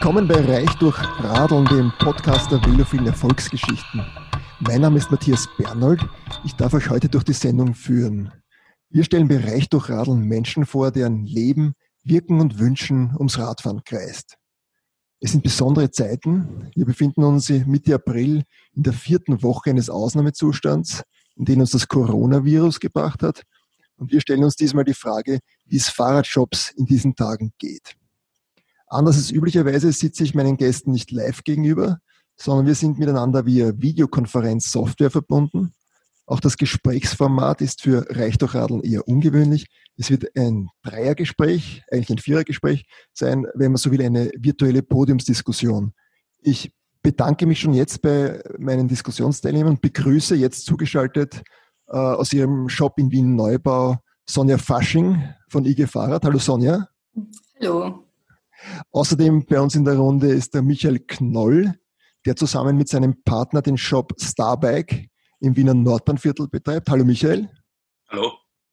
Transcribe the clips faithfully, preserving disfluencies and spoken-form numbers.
Willkommen bei Reich durch Radeln, dem Podcast der velophilen Erfolgsgeschichten. Mein Name ist Matthias Bernold. Ich darf euch heute durch die Sendung führen. Wir stellen bei Reich durch Radeln Menschen vor, deren Leben, Wirken und Wünschen ums Radfahren kreist. Es sind besondere Zeiten. Wir befinden uns Mitte April in der vierten Woche eines Ausnahmezustands, in den uns das Coronavirus gebracht hat. Und wir stellen uns diesmal die Frage, wie es Fahrradshops in diesen Tagen geht. Anders als üblicherweise sitze ich meinen Gästen nicht live gegenüber, sondern wir sind miteinander via Videokonferenzsoftware verbunden. Auch das Gesprächsformat ist für Reich durch Radeln eher ungewöhnlich. Es wird ein Dreiergespräch, eigentlich ein Vierergespräch sein, wenn man so will, eine virtuelle Podiumsdiskussion. Ich bedanke mich schon jetzt bei meinen Diskussionsteilnehmern und begrüße jetzt zugeschaltet äh, aus ihrem Shop in Wien-Neubau Sonja Fasching von I G Fahrrad. Hallo Sonja. Hallo. Außerdem bei uns in der Runde ist der Michael Knoll, der zusammen mit seinem Partner den Shop Starbike im Wiener Nordbahnviertel betreibt. Hallo Michael. Hallo.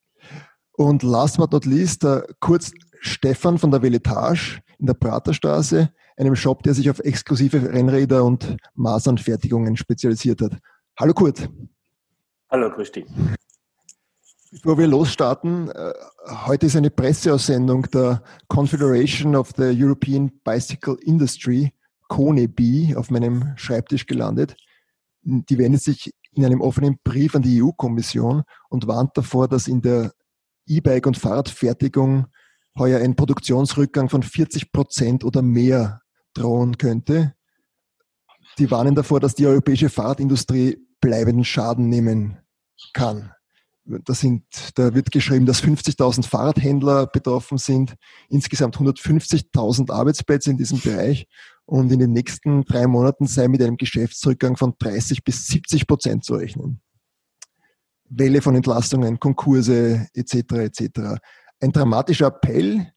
Und last but not least, der Kurt Stephan von der Veletage in der Praterstraße, einem Shop, der sich auf exklusive Rennräder und Maßanfertigungen spezialisiert hat. Hallo Kurt. Hallo, grüß dich. Bevor wir losstarten, heute ist eine Presseaussendung der Confederation of the European Bicycle Industry, C O N E B, auf meinem Schreibtisch gelandet. Die wendet sich in einem offenen Brief an die E U-Kommission und warnt davor, dass in der E-Bike- und Fahrradfertigung heuer ein Produktionsrückgang von vierzig Prozent oder mehr drohen könnte. Die warnen davor, dass die europäische Fahrradindustrie bleibenden Schaden nehmen kann. Da, sind, da wird geschrieben, dass fünfzigtausend Fahrradhändler betroffen sind, insgesamt hundertfünfzigtausend Arbeitsplätze in diesem Bereich und in den nächsten drei Monaten sei mit einem Geschäftsrückgang von dreißig bis siebzig Prozent zu rechnen. Welle von Entlastungen, Konkurse et cetera et cetera. Ein dramatischer Appell.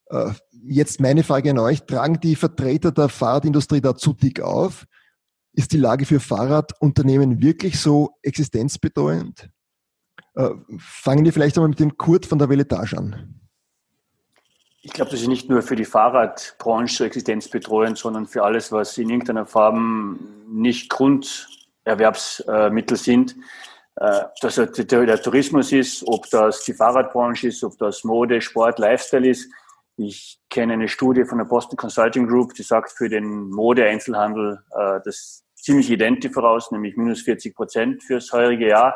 Jetzt meine Frage an euch, tragen die Vertreter der Fahrradindustrie da zu dick auf? Ist die Lage für Fahrradunternehmen wirklich so existenzbedrohend? Fangen wir vielleicht einmal mit dem Kurt von der Veletage an. Ich glaube, das ist nicht nur für die Fahrradbranche existenzbedrohend, sondern für alles, was in irgendeiner Form nicht Grunderwerbsmittel sind. Ob das der Tourismus ist, ob das die Fahrradbranche ist, ob das Mode, Sport, Lifestyle ist. Ich kenne eine Studie von der Boston Consulting Group, die sagt für den Mode-Einzelhandel das ziemlich identisch voraus, nämlich minus vierzig Prozent fürs heurige Jahr.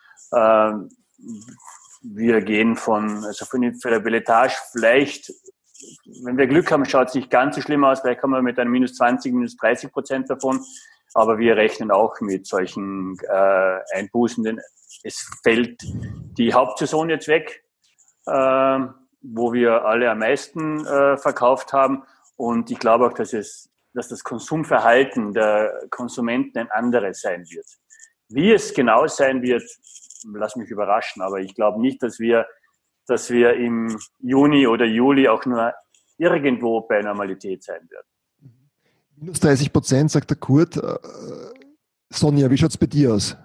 Wir gehen von, also für die Veletage vielleicht, wenn wir Glück haben, schaut es nicht ganz so schlimm aus, vielleicht kommen wir mit einem minus zwanzig, minus dreißig Prozent davon, aber wir rechnen auch mit solchen äh, Einbußen, denn es fällt die Hauptsaison jetzt weg, äh, wo wir alle am meisten äh, verkauft haben und ich glaube auch, dass es, dass das Konsumverhalten der Konsumenten ein anderes sein wird. Wie es genau sein wird, lass mich überraschen, aber ich glaube nicht, dass wir, dass wir im Juni oder Juli auch nur irgendwo bei Normalität sein werden. Minus dreißig Prozent, sagt der Kurt. Sonja, wie schaut es bei dir aus?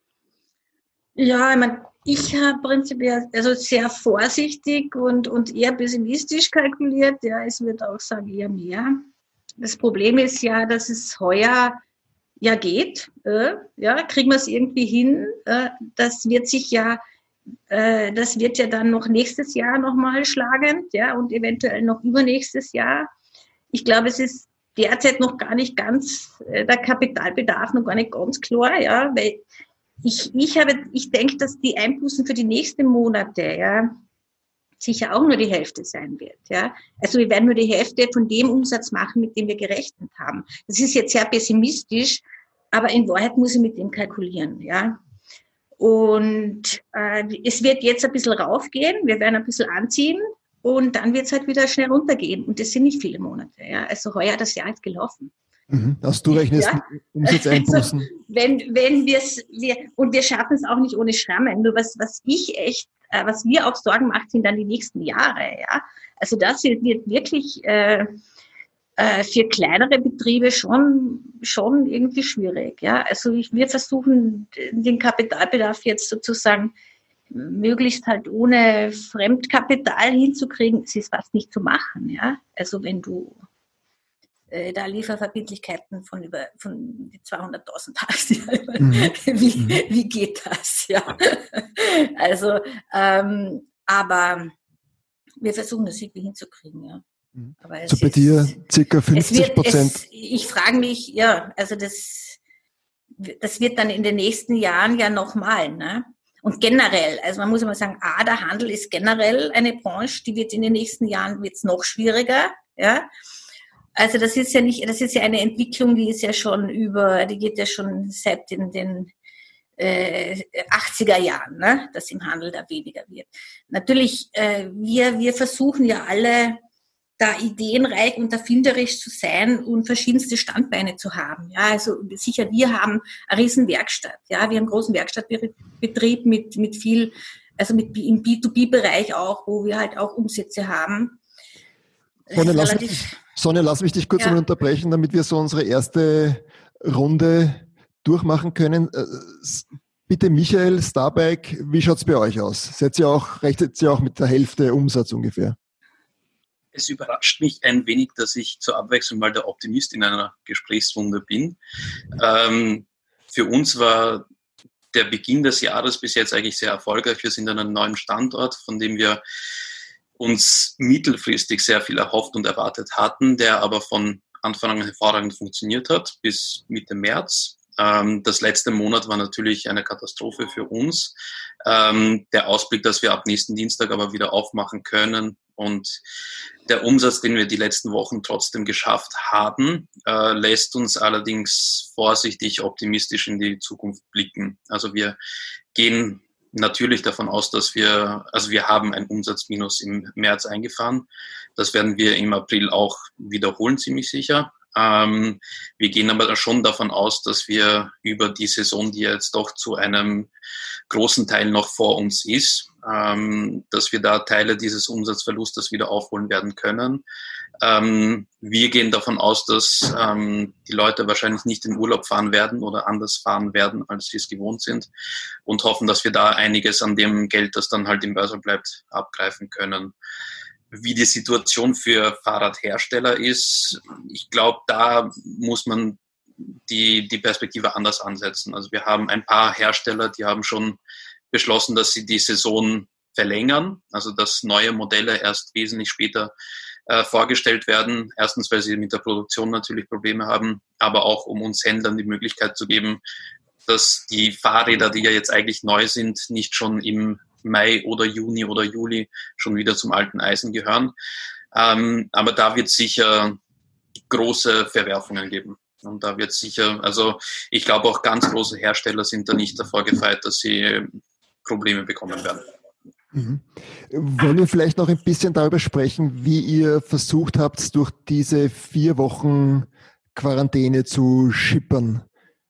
Ja, ich meine, ich habe prinzipiell also sehr vorsichtig und, und eher pessimistisch kalkuliert. Ja, es wird auch sagen, eher mehr. Das Problem ist ja, dass es heuer ja geht, äh, ja, kriegen wir es irgendwie hin. Äh, das wird sich ja, äh, das wird ja dann noch nächstes Jahr nochmal schlagend, ja, und eventuell noch übernächstes Jahr. Ich glaube, es ist derzeit noch gar nicht ganz, äh, der Kapitalbedarf noch gar nicht ganz klar, ja, weil ich, ich habe, ich denke, dass die Einbußen für die nächsten Monate, ja, sicher auch nur die Hälfte sein wird, ja. Also wir werden nur die Hälfte von dem Umsatz machen, mit dem wir gerechnet haben. Das ist jetzt sehr pessimistisch, aber in Wahrheit muss ich mit dem kalkulieren, ja. Und äh, es wird jetzt ein bisschen raufgehen, wir werden ein bisschen anziehen und dann wird es halt wieder schnell runtergehen. Und das sind nicht viele Monate, ja. Also heuer das Jahr ist gelaufen. Mhm. Also du rechnest ja? Umsatzeinbußen. Also, wenn, wenn wir's, wir, und wir schaffen es auch nicht ohne Schrammen. Nur was, was ich echt, äh, was mir auch Sorgen macht, sind dann die nächsten Jahre, ja. Also das wird, wird wirklich, äh, äh, für kleinere Betriebe schon, schon irgendwie schwierig, ja. Also ich, wir versuchen, den Kapitalbedarf jetzt sozusagen möglichst halt ohne Fremdkapital hinzukriegen. Es ist fast nicht zu machen, ja. Also wenn du, äh, da Lieferverbindlichkeiten von über von zweihunderttausend hast. Mhm. wie, mhm. wie geht das? Ja. Also, ähm, aber wir versuchen das irgendwie hinzukriegen, ja. Aber so bei ist, dir circa fünfzig Prozent. Ich frage mich, ja, also das, das wird dann in den nächsten Jahren ja nochmal, ne? Und generell, also man muss immer sagen, A, der Handel ist generell eine Branche, die wird in den nächsten Jahren wird's noch schwieriger, ja. Also das ist ja nicht, das ist ja eine Entwicklung, die ist ja schon über, die geht ja schon seit den, den äh, achtziger Jahren, ne, dass im Handel da weniger wird. Natürlich, äh, wir, wir versuchen ja alle, da ideenreich und erfinderisch zu sein und verschiedenste Standbeine zu haben. Ja, also sicher, wir haben eine riesen Werkstatt. Ja, wir haben einen großen Werkstattbetrieb mit, mit viel, also mit im B zwei B-Bereich auch, wo wir halt auch Umsätze haben. Sonja, lass mich, Sonja, lass mich dich kurz ja. mal unterbrechen, damit wir so unsere erste Runde durchmachen können. Bitte Michael, Starbike, wie schaut's bei euch aus? Seid ihr auch, rechnet ihr auch mit der Hälfte Umsatz ungefähr? Es überrascht mich ein wenig, dass ich zur Abwechslung mal der Optimist in einer Gesprächsrunde bin. Ähm, für uns war der Beginn des Jahres bis jetzt eigentlich sehr erfolgreich. Wir sind an einem neuen Standort, von dem wir uns mittelfristig sehr viel erhofft und erwartet hatten, der aber von Anfang an hervorragend funktioniert hat bis Mitte März. Ähm, das letzte Monat war natürlich eine Katastrophe für uns. Ähm, der Ausblick, dass wir ab nächsten Dienstag aber wieder aufmachen können und der Umsatz, den wir die letzten Wochen trotzdem geschafft haben, äh, lässt uns allerdings vorsichtig optimistisch in die Zukunft blicken. Also wir gehen natürlich davon aus, dass wir, also wir haben ein Umsatzminus im März eingefahren. Das werden wir im April auch wiederholen, ziemlich sicher. Ähm, wir gehen aber schon davon aus, dass wir über die Saison, die jetzt doch zu einem großen Teil noch vor uns ist, ähm, dass wir da Teile dieses Umsatzverlustes wieder aufholen werden können. Ähm, wir gehen davon aus, dass ähm, die Leute wahrscheinlich nicht in Urlaub fahren werden oder anders fahren werden, als sie es gewohnt sind und hoffen, dass wir da einiges an dem Geld, das dann halt im Börse bleibt, abgreifen können. Wie die Situation für Fahrradhersteller ist, ich glaube, da muss man die, die Perspektive anders ansetzen. Also wir haben ein paar Hersteller, die haben schon beschlossen, dass sie die Saison verlängern, also dass neue Modelle erst wesentlich später äh, vorgestellt werden. Erstens, weil sie mit der Produktion natürlich Probleme haben, aber auch um uns Händlern die Möglichkeit zu geben, dass die Fahrräder, die ja jetzt eigentlich neu sind, nicht schon im Mai oder Juni oder Juli schon wieder zum alten Eisen gehören. Ähm, aber da wird es sicher große Verwerfungen geben. Und da wird sicher, also ich glaube auch ganz große Hersteller sind da nicht davor gefeit, dass sie Probleme bekommen werden. Mhm. Wollen wir vielleicht noch ein bisschen darüber sprechen, wie ihr versucht habt, durch diese vier Wochen Quarantäne zu schippern?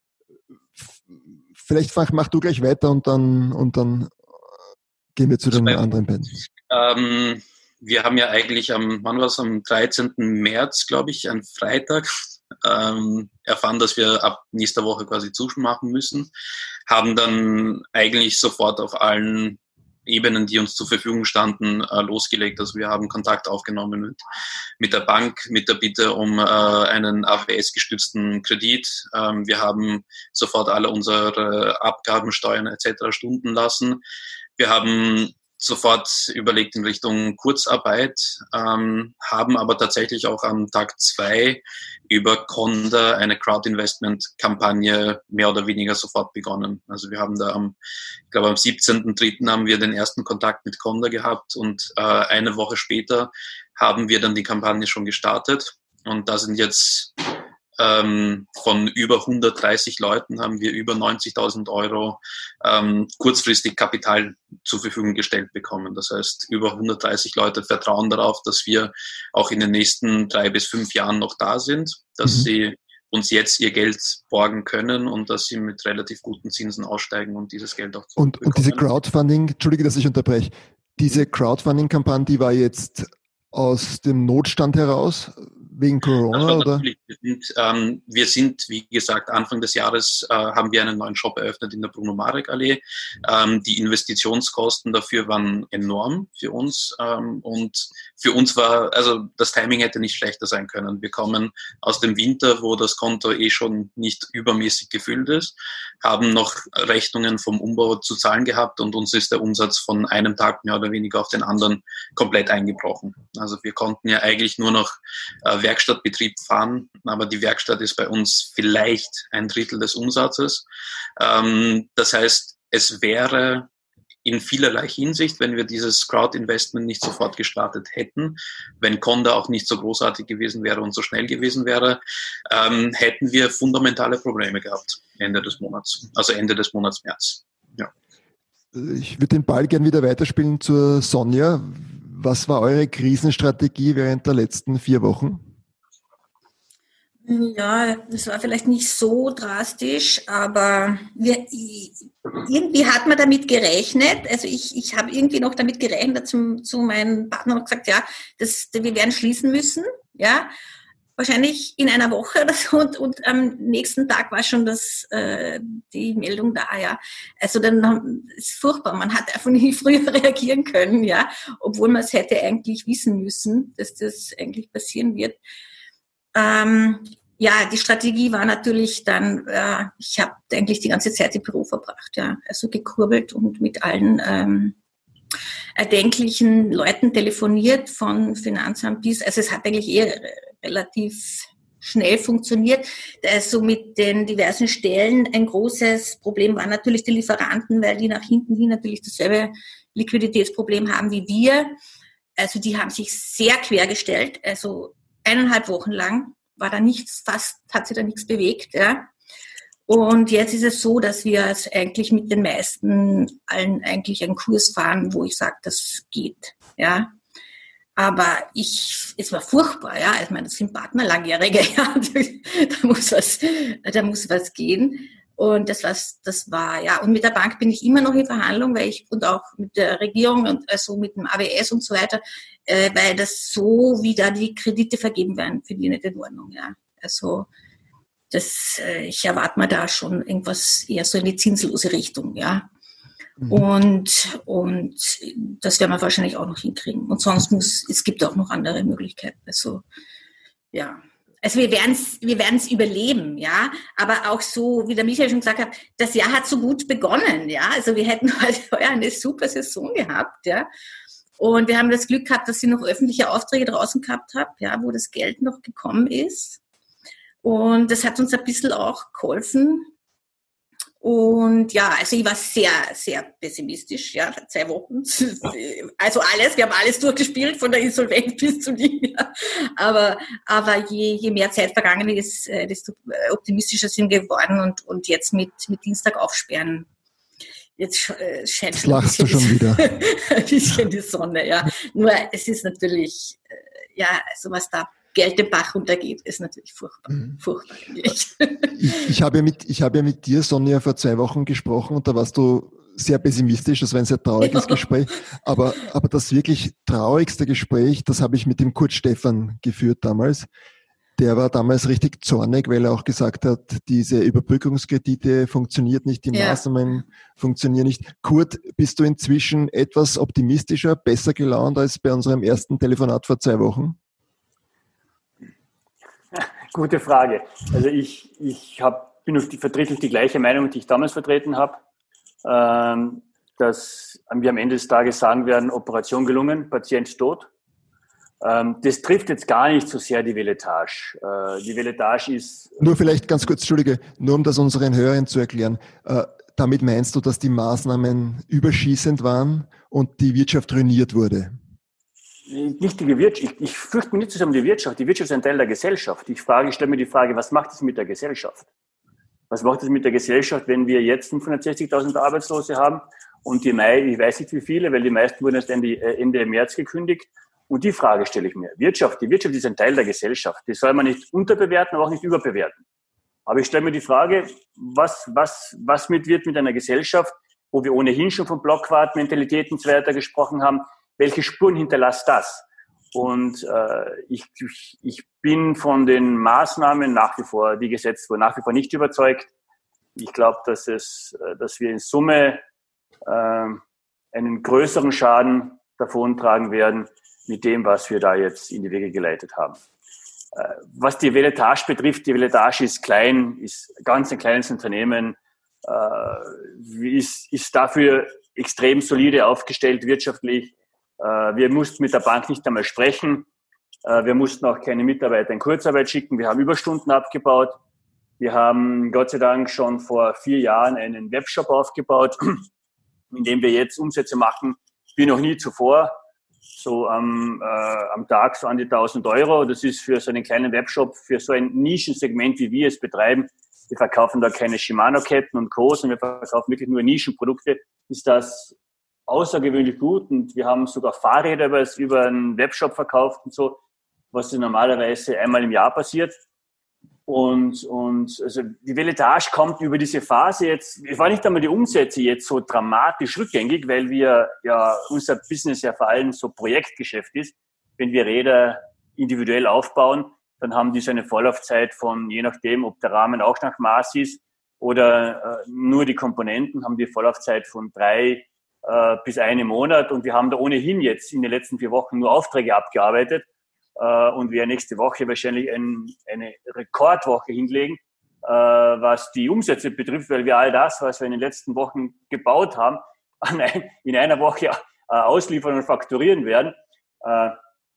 Vielleicht mach du gleich weiter und dann, und dann gehen wir zu den also, anderen beiden. Ähm, wir haben ja eigentlich am, wann war es, am dreizehnten März, glaube ich, ein Freitag, ähm, erfahren, dass wir ab nächster Woche quasi zumachen müssen, haben dann eigentlich sofort auf allen Ebenen, die uns zur Verfügung standen, äh, losgelegt. Also wir haben Kontakt aufgenommen mit, mit der Bank, mit der Bitte um äh, einen A W S-gestützten Kredit. Ähm, wir haben sofort alle unsere Abgaben, Steuern et cetera stunden lassen. Wir haben sofort überlegt in Richtung Kurzarbeit, ähm, haben aber tatsächlich auch am Tag zwei über Conda eine Crowd-Investment-Kampagne mehr oder weniger sofort begonnen. Also wir haben da am, ich glaube am siebzehnten dritten haben wir den ersten Kontakt mit Conda gehabt und äh, eine Woche später haben wir dann die Kampagne schon gestartet und da sind jetzt Ähm, von über hundertdreißig Leuten haben wir über neunzigtausend Euro ähm, kurzfristig Kapital zur Verfügung gestellt bekommen. Das heißt, über hundertdreißig Leute vertrauen darauf, dass wir auch in den nächsten drei bis fünf Jahren noch da sind, dass mhm. sie uns jetzt ihr Geld borgen können und dass sie mit relativ guten Zinsen aussteigen und dieses Geld auch zurückbekommen. Und, und diese Crowdfunding, Entschuldige, dass ich unterbreche, diese Crowdfunding-Kampagne, die war jetzt aus dem Notstand heraus. Wegen Corona, also oder? natürlich, wir sind, ähm, wir sind, wie gesagt, Anfang des Jahres äh, haben wir einen neuen Shop eröffnet in der Bruno-Marek-Allee. Ähm, die Investitionskosten dafür waren enorm für uns ähm, und für uns war, also das Timing hätte nicht schlechter sein können. Wir kommen aus dem Winter, wo das Konto eh schon nicht übermäßig gefüllt ist, haben noch Rechnungen vom Umbau zu zahlen gehabt und uns ist der Umsatz von einem Tag mehr oder weniger auf den anderen komplett eingebrochen. Also wir konnten ja eigentlich nur noch äh, Werkstattbetrieb fahren, aber die Werkstatt ist bei uns vielleicht ein Drittel des Umsatzes. Ähm, das heißt, es wäre in vielerlei Hinsicht, wenn wir dieses Crowd-Investment nicht sofort gestartet hätten, wenn Conda auch nicht so großartig gewesen wäre und so schnell gewesen wäre, ähm, hätten wir fundamentale Probleme gehabt Ende des Monats, also Ende des Monats März. Ja. Ich würde den Ball gern wieder weiterspielen zur Sonja. Was war eure Krisenstrategie während der letzten vier Wochen? Ja, das war vielleicht nicht so drastisch, aber wir, irgendwie hat man damit gerechnet. Also ich, ich habe irgendwie noch damit gerechnet, zum, zu meinem Partner und gesagt, ja, das, wir werden schließen müssen, ja, wahrscheinlich in einer Woche oder so. Und, und am nächsten Tag war schon das, äh, die Meldung da, ja. Also dann ist furchtbar. Man hat einfach nicht früher reagieren können, ja, obwohl man es hätte eigentlich wissen müssen, dass das eigentlich passieren wird. Ähm, ja, die Strategie war natürlich dann, äh, ich habe eigentlich die ganze Zeit im Büro verbracht, ja, also gekurbelt und mit allen ähm, erdenklichen Leuten telefoniert, von Finanzamt bis, also es hat eigentlich eher relativ schnell funktioniert. Also mit den diversen Stellen ein großes Problem waren natürlich die Lieferanten, weil die nach hinten hin natürlich dasselbe Liquiditätsproblem haben wie wir. Also die haben sich sehr quergestellt, also eineinhalb Wochen lang war da nichts, fast hat sich da nichts bewegt, ja. Und jetzt ist es so, dass wir es eigentlich mit den meisten allen eigentlich einen Kurs fahren, wo ich sage, das geht, ja. Aber ich, es war furchtbar, ja. Ich meine, das sind Partner, Langjährige, ja. Da muss was, da muss was gehen. Und das war, das war, ja. Und mit der Bank bin ich immer noch in Verhandlung, weil ich, und auch mit der Regierung und also mit dem A W S und so weiter, äh, weil das so, wie da die Kredite vergeben werden, finde ich nicht in Ordnung, ja. Also, das, äh, ich erwarte mir da schon irgendwas eher so in die zinslose Richtung, ja. Mhm. Und, und das werden wir wahrscheinlich auch noch hinkriegen. Und sonst muss, es gibt auch noch andere Möglichkeiten. Also, ja. Also wir werden es wir werden's überleben, ja, aber auch so, wie der Michael schon gesagt hat, das Jahr hat so gut begonnen, ja, also wir hätten heute heuer eine super Saison gehabt, ja, und wir haben das Glück gehabt, dass ich noch öffentliche Aufträge draußen gehabt habe, ja, wo das Geld noch gekommen ist, und das hat uns ein bisschen auch geholfen. Und ja, also ich war sehr, sehr pessimistisch, ja, zwei Wochen. Also alles, wir haben alles durchgespielt, von der Insolvenz bis zum Ding. Ja. Aber, aber je, je mehr Zeit vergangen ist, desto optimistischer sind wir geworden. Und, und jetzt mit, mit Dienstag aufsperren, jetzt scheint schon ein bisschen, du schon wieder. ein bisschen die Sonne, ja. Nur es ist natürlich, ja, also was da Geld den Bach runtergeht, ist natürlich furchtbar. Mhm. Furchtbar. Ich, ich habe ja mit, ich habe ja mit dir, Sonja, vor zwei Wochen gesprochen und da warst du sehr pessimistisch. Das war ein sehr trauriges ja. Gespräch. Aber, aber das wirklich traurigste Gespräch, das habe ich mit dem Kurt Stephan geführt damals. Der war damals richtig zornig, weil er auch gesagt hat, diese Überbrückungskredite funktioniert nicht, die ja. Maßnahmen funktionieren nicht. Kurt, bist du inzwischen etwas optimistischer, besser gelaunt als bei unserem ersten Telefonat vor zwei Wochen? Gute Frage. Also ich, ich hab, bin auf die, vertrete die gleiche Meinung, die ich damals vertreten habe, ähm, dass wir am Ende des Tages sagen werden, Operation gelungen, Patient tot. Ähm, das trifft jetzt gar nicht so sehr die Veletage. Äh, die Veletage ist... Nur vielleicht ganz kurz, Entschuldige, nur um das unseren Hörern zu erklären. Äh, damit meinst du, dass die Maßnahmen überschießend waren und die Wirtschaft ruiniert wurde? Nicht die Wirtschaft. Ich, ich fürchte mich nicht zusammen die Wirtschaft. Die Wirtschaft ist ein Teil der Gesellschaft. Ich frage, ich stelle mir die Frage, was macht es mit der Gesellschaft? Was macht es mit der Gesellschaft, wenn wir jetzt fünfhundertsechzigtausend Arbeitslose haben und die Mai, ich weiß nicht wie viele, weil die meisten wurden erst Ende, Ende März gekündigt. Und die Frage stelle ich mir. Wirtschaft, die Wirtschaft ist ein Teil der Gesellschaft. Die soll man nicht unterbewerten, aber auch nicht überbewerten. Aber ich stelle mir die Frage, was, was, was mit wird mit einer Gesellschaft, wo wir ohnehin schon von Blockwart-Mentalitäten und so weiter gesprochen haben, welche Spuren hinterlässt das? Und äh, ich, ich bin von den Maßnahmen nach wie vor, die gesetzt wurden, nach wie vor nicht überzeugt. Ich glaube, dass es, dass wir in Summe äh, einen größeren Schaden davontragen werden mit dem, was wir da jetzt in die Wege geleitet haben. Äh, was die Veletage betrifft, die Veletage ist klein, ist ganz ein kleines Unternehmen, äh, ist, ist dafür extrem solide aufgestellt wirtschaftlich. Wir mussten mit der Bank nicht einmal sprechen. Wir mussten auch keine Mitarbeiter in Kurzarbeit schicken. Wir haben Überstunden abgebaut. Wir haben Gott sei Dank schon vor vier Jahren einen Webshop aufgebaut, in dem wir jetzt Umsätze machen wie noch nie zuvor. So am, äh, am Tag so an die tausend Euro. Das ist für so einen kleinen Webshop, für so ein Nischensegment, wie wir es betreiben. Wir verkaufen da keine Shimano-Ketten und Co., sondern wir verkaufen wirklich nur Nischenprodukte. Ist das außergewöhnlich gut, und wir haben sogar Fahrräder über, über einen Webshop verkauft und so, was normalerweise einmal im Jahr passiert. Und, und also die Veletage kommt über diese Phase jetzt, es war nicht einmal die Umsätze jetzt so dramatisch rückgängig, weil wir ja, unser Business ja vor allem so Projektgeschäft ist. Wenn wir Räder individuell aufbauen, dann haben die so eine Vorlaufzeit von, je nachdem, ob der Rahmen auch nach Maß ist oder äh, nur die Komponenten, haben die Vorlaufzeit von drei bis einen Monat, und wir haben da ohnehin jetzt in den letzten vier Wochen nur Aufträge abgearbeitet äh, und wir nächste Woche wahrscheinlich ein, eine Rekordwoche hinlegen, äh, was die Umsätze betrifft, weil wir all das, was wir in den letzten Wochen gebaut haben, an ein, in einer Woche äh, ausliefern und fakturieren werden. Äh, äh,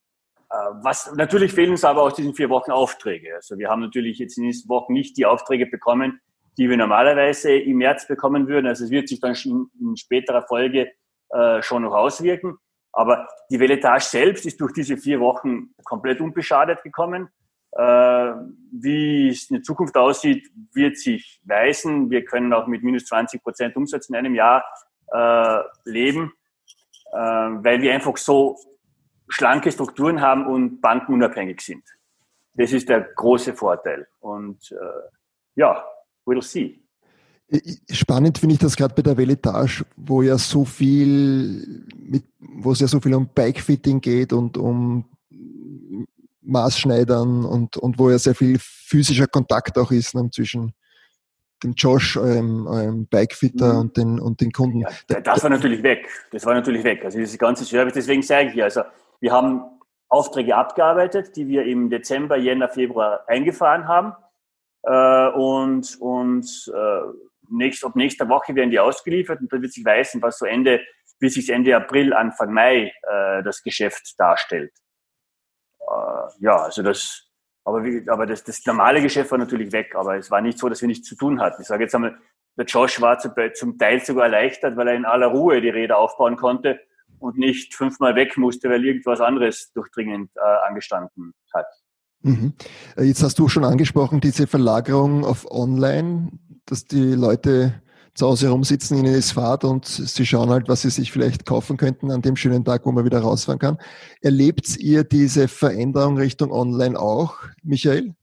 was natürlich fehlen uns aber aus diesen vier Wochen Aufträge. Also wir haben natürlich jetzt in diesen Wochen nicht die Aufträge bekommen, die wir normalerweise im März bekommen würden. Also es wird sich dann schon in späterer Folge äh, schon noch auswirken. Aber die Veletage selbst ist durch diese vier Wochen komplett unbeschadet gekommen. Äh, wie es in der Zukunft aussieht, wird sich weisen. Wir können auch mit minus zwanzig Prozent Umsatz in einem Jahr äh, leben, äh, weil wir einfach so schlanke Strukturen haben und bankenunabhängig sind. Das ist der große Vorteil. Und äh, ja, we'll see. Spannend finde ich das gerade bei der Veletage, wo ja so viel mit, wo es ja so viel um Bikefitting geht und um Maßschneidern und, und wo ja sehr viel physischer Kontakt auch ist, ne, zwischen dem Josh, eurem, eurem Bikefitter, mhm. und den, und den Kunden. Ja, das war natürlich weg. Das war natürlich weg. Also dieses ganze Service, deswegen sage ich ja, also wir haben Aufträge abgearbeitet, die wir im Dezember, Jänner, Februar eingefahren haben. Äh, und und äh, nächst, ab nächster Woche werden die ausgeliefert, und dann wird sich weisen, was so Ende, bis sich Ende April, Anfang Mai äh, das Geschäft darstellt. Äh, ja, also das, aber, wie, aber das, das normale Geschäft war natürlich weg, aber es war nicht so, dass wir nichts zu tun hatten. Ich sage jetzt einmal, der Josh war zu, zum Teil sogar erleichtert, weil er in aller Ruhe die Räder aufbauen konnte und nicht fünfmal weg musste, weil irgendwas anderes durchdringend äh, angestanden hat. Mhm. Jetzt hast du schon angesprochen, diese Verlagerung auf Online, dass die Leute zu Hause rumsitzen, ihnen ist Fahrt und sie schauen halt, was sie sich vielleicht kaufen könnten an dem schönen Tag, wo man wieder rausfahren kann. Erlebt ihr diese Veränderung Richtung Online auch, Michael?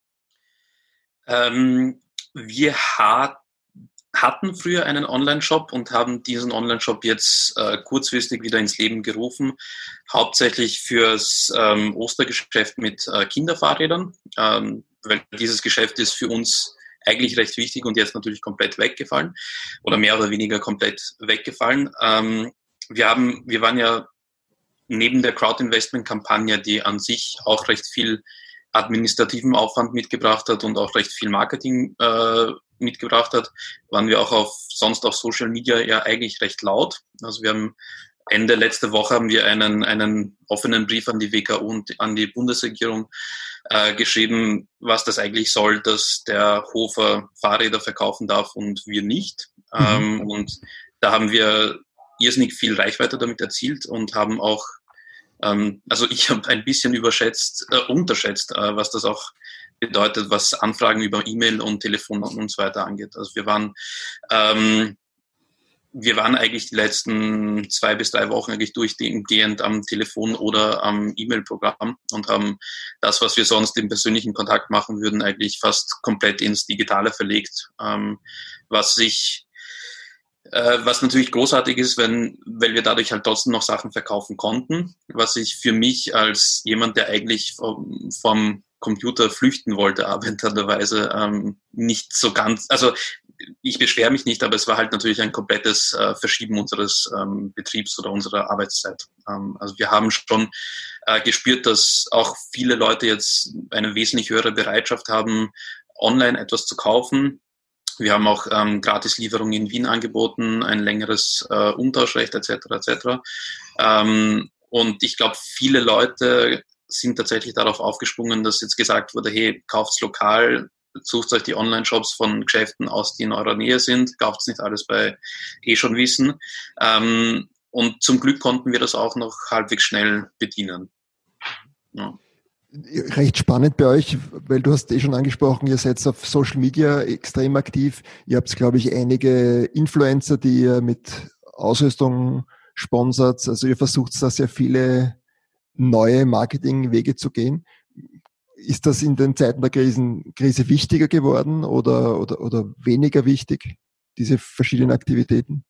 Ähm, wir hat, hatten früher einen Online-Shop und haben diesen Online-Shop jetzt äh, kurzfristig wieder ins Leben gerufen, hauptsächlich fürs ähm, Ostergeschäft mit äh, Kinderfahrrädern, ähm, weil dieses Geschäft ist für uns eigentlich recht wichtig und jetzt natürlich komplett weggefallen oder mehr oder weniger komplett weggefallen. Ähm, wir haben, wir waren ja neben der Crowd-Investment-Kampagne, die an sich auch recht viel administrativen Aufwand mitgebracht hat und auch recht viel Marketing äh, mitgebracht hat, waren wir auch auf sonst auf Social Media ja eigentlich recht laut. Also wir haben Ende letzte Woche haben wir einen einen offenen Brief an die W K U und an die Bundesregierung äh, geschrieben, was das eigentlich soll, dass der Hofer Fahrräder verkaufen darf und wir nicht. Mhm. Ähm, und da haben wir irrsinnig viel Reichweite damit erzielt und haben auch ähm, also ich habe ein bisschen überschätzt, äh, unterschätzt, äh, was das auch bedeutet, was Anfragen über E-Mail und Telefon und so weiter angeht. Also wir waren, ähm, wir waren eigentlich die letzten zwei bis drei Wochen eigentlich durchgehend am Telefon oder am E-Mail-Programm und haben das, was wir sonst im persönlichen Kontakt machen würden, eigentlich fast komplett ins Digitale verlegt, ähm, was sich Äh, was natürlich großartig ist, wenn, weil wir dadurch halt trotzdem noch Sachen verkaufen konnten, was ich für mich als jemand, der eigentlich vom, vom Computer flüchten wollte, arbeitenderweise, ähm, nicht so ganz, also ich beschwere mich nicht, aber es war halt natürlich ein komplettes äh, Verschieben unseres ähm, Betriebs oder unserer Arbeitszeit. Ähm, also wir haben schon äh, gespürt, dass auch viele Leute jetzt eine wesentlich höhere Bereitschaft haben, online etwas zu kaufen. Wir haben auch ähm, Gratislieferungen in Wien angeboten, ein längeres äh, Umtauschrecht et cetera et cetera. Ähm, und ich glaube, viele Leute sind tatsächlich darauf aufgesprungen, dass jetzt gesagt wurde, hey, kauft's lokal, sucht euch die Online-Shops von Geschäften aus, die in eurer Nähe sind, kauft's nicht alles bei eh schon Wissen. Ähm, und zum Glück konnten wir das auch noch halbwegs schnell bedienen. Ja. Recht spannend bei euch, weil du hast eh schon angesprochen, ihr seid auf Social Media extrem aktiv. Ihr habt, glaube ich, einige Influencer, die ihr mit Ausrüstung sponsert. Also ihr versucht da sehr viele neue Marketingwege zu gehen. Ist das in den Zeiten der Krisen, Krise wichtiger geworden oder, oder, oder weniger wichtig, diese verschiedenen Aktivitäten?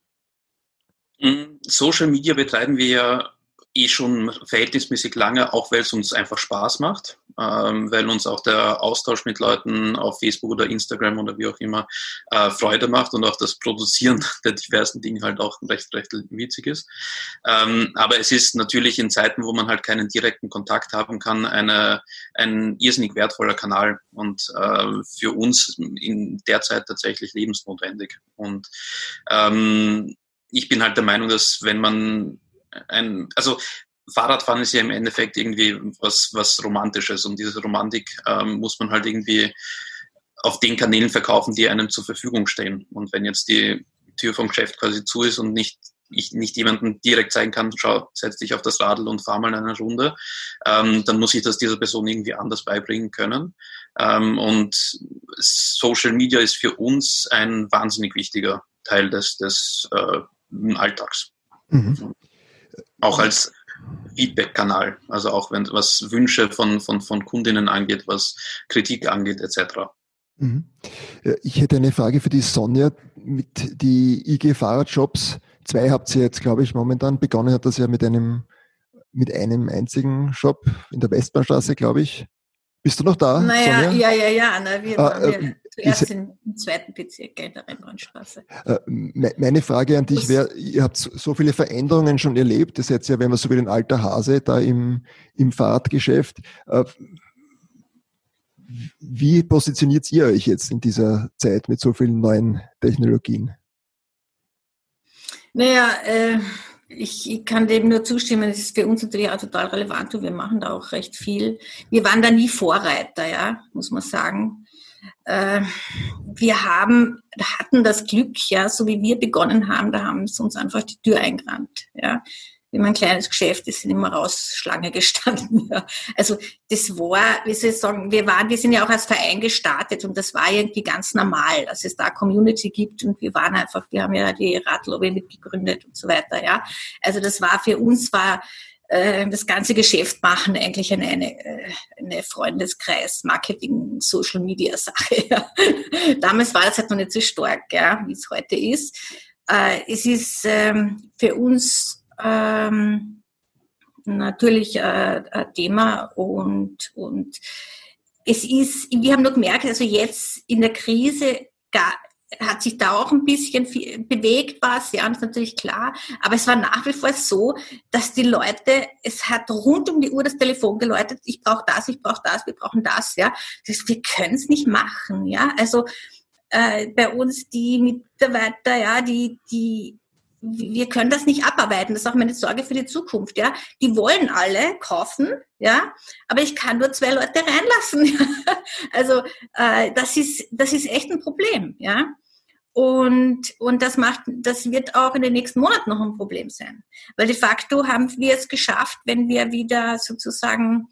Social Media betreiben wir ja eh schon verhältnismäßig lange, auch weil es uns einfach Spaß macht, ähm, weil uns auch der Austausch mit Leuten auf Facebook oder Instagram oder wie auch immer äh, Freude macht und auch das Produzieren der diversen Dinge halt auch recht, recht witzig ist. Ähm, aber es ist natürlich in Zeiten, wo man halt keinen direkten Kontakt haben kann, eine, ein irrsinnig wertvoller Kanal und äh, für uns in der Zeit tatsächlich lebensnotwendig. Und ähm, ich bin halt der Meinung, dass wenn man ein, also Fahrradfahren ist ja im Endeffekt irgendwie was, was Romantisches und diese Romantik ähm, muss man halt irgendwie auf den Kanälen verkaufen, die einem zur Verfügung stehen. Und wenn jetzt die Tür vom Geschäft quasi zu ist und nicht ich nicht jemandem direkt zeigen kann, schau, setz dich auf das Radl und fahr mal eine Runde, ähm, dann muss ich das dieser Person irgendwie anders beibringen können. Ähm, und Social Media ist für uns ein wahnsinnig wichtiger Teil des, des äh, Alltags. Mhm. Auch als Feedback-Kanal, also auch wenn was Wünsche von, von, von Kundinnen angeht, was Kritik angeht, et cetera. Ich hätte eine Frage für die Sonja. Mit die I G Fahrradshops, zwei habt ihr jetzt, glaube ich, momentan. Begonnen hat das ja mit einem, mit einem einzigen Shop in der Westbahnstraße, glaube ich. Bist du noch da, naja, Sonja? Ja, ja, ja. Na, wir ah, waren ja äh, zuerst ist, im, im zweiten Bezirk in der Rheinbahnstraße. Äh, meine Frage an dich wäre, ihr habt so viele Veränderungen schon erlebt. Das ist jetzt ja, wenn man so will, ein alter Hase da im, im Fahrradgeschäft. Äh, wie positioniert ihr euch jetzt in dieser Zeit mit so vielen neuen Technologien? Naja, äh, ich, ich kann dem nur zustimmen. Das ist für uns natürlich auch total relevant und wir machen da auch recht viel. Wir waren da nie Vorreiter, ja, muss man sagen. Äh, wir haben, hatten das Glück, ja, so wie wir begonnen haben, da haben sie uns einfach die Tür eingerannt, ja. Wir haben ein kleines Geschäft, die sind immer raus, Schlange gestanden. Ja. Also das war, wie soll ich sagen, wir waren, wir sind ja auch als Verein gestartet und das war irgendwie ganz normal, dass es da Community gibt und wir waren einfach, wir haben ja die Radlobby mitgegründet und so weiter, ja. Also das war für uns, war äh, das ganze Geschäft machen eigentlich eine, eine, eine Freundeskreis, Marketing, Social Media Sache. Ja. Damals war das halt noch nicht so stark, ja, wie es heute ist. Äh, es ist ähm, für uns Ähm, natürlich äh, ein Thema und, und es ist, wir haben nur gemerkt, also jetzt in der Krise gar, hat sich da auch ein bisschen viel bewegt was, ja, das ist natürlich klar, aber es war nach wie vor so, dass die Leute, es hat rund um die Uhr das Telefon geläutet, ich brauche das, ich brauche das, wir brauchen das, ja, das, wir können es nicht machen, ja, also äh, bei uns die Mitarbeiter, ja, die, die wir können das nicht abarbeiten. Das ist auch meine Sorge für die Zukunft, ja. Die wollen alle kaufen, ja, aber ich kann nur zwei Leute reinlassen. Also äh, das ist das ist echt ein Problem, ja. Und und das macht, das wird auch in den nächsten Monaten noch ein Problem sein, weil de facto haben wir es geschafft, wenn wir wieder sozusagen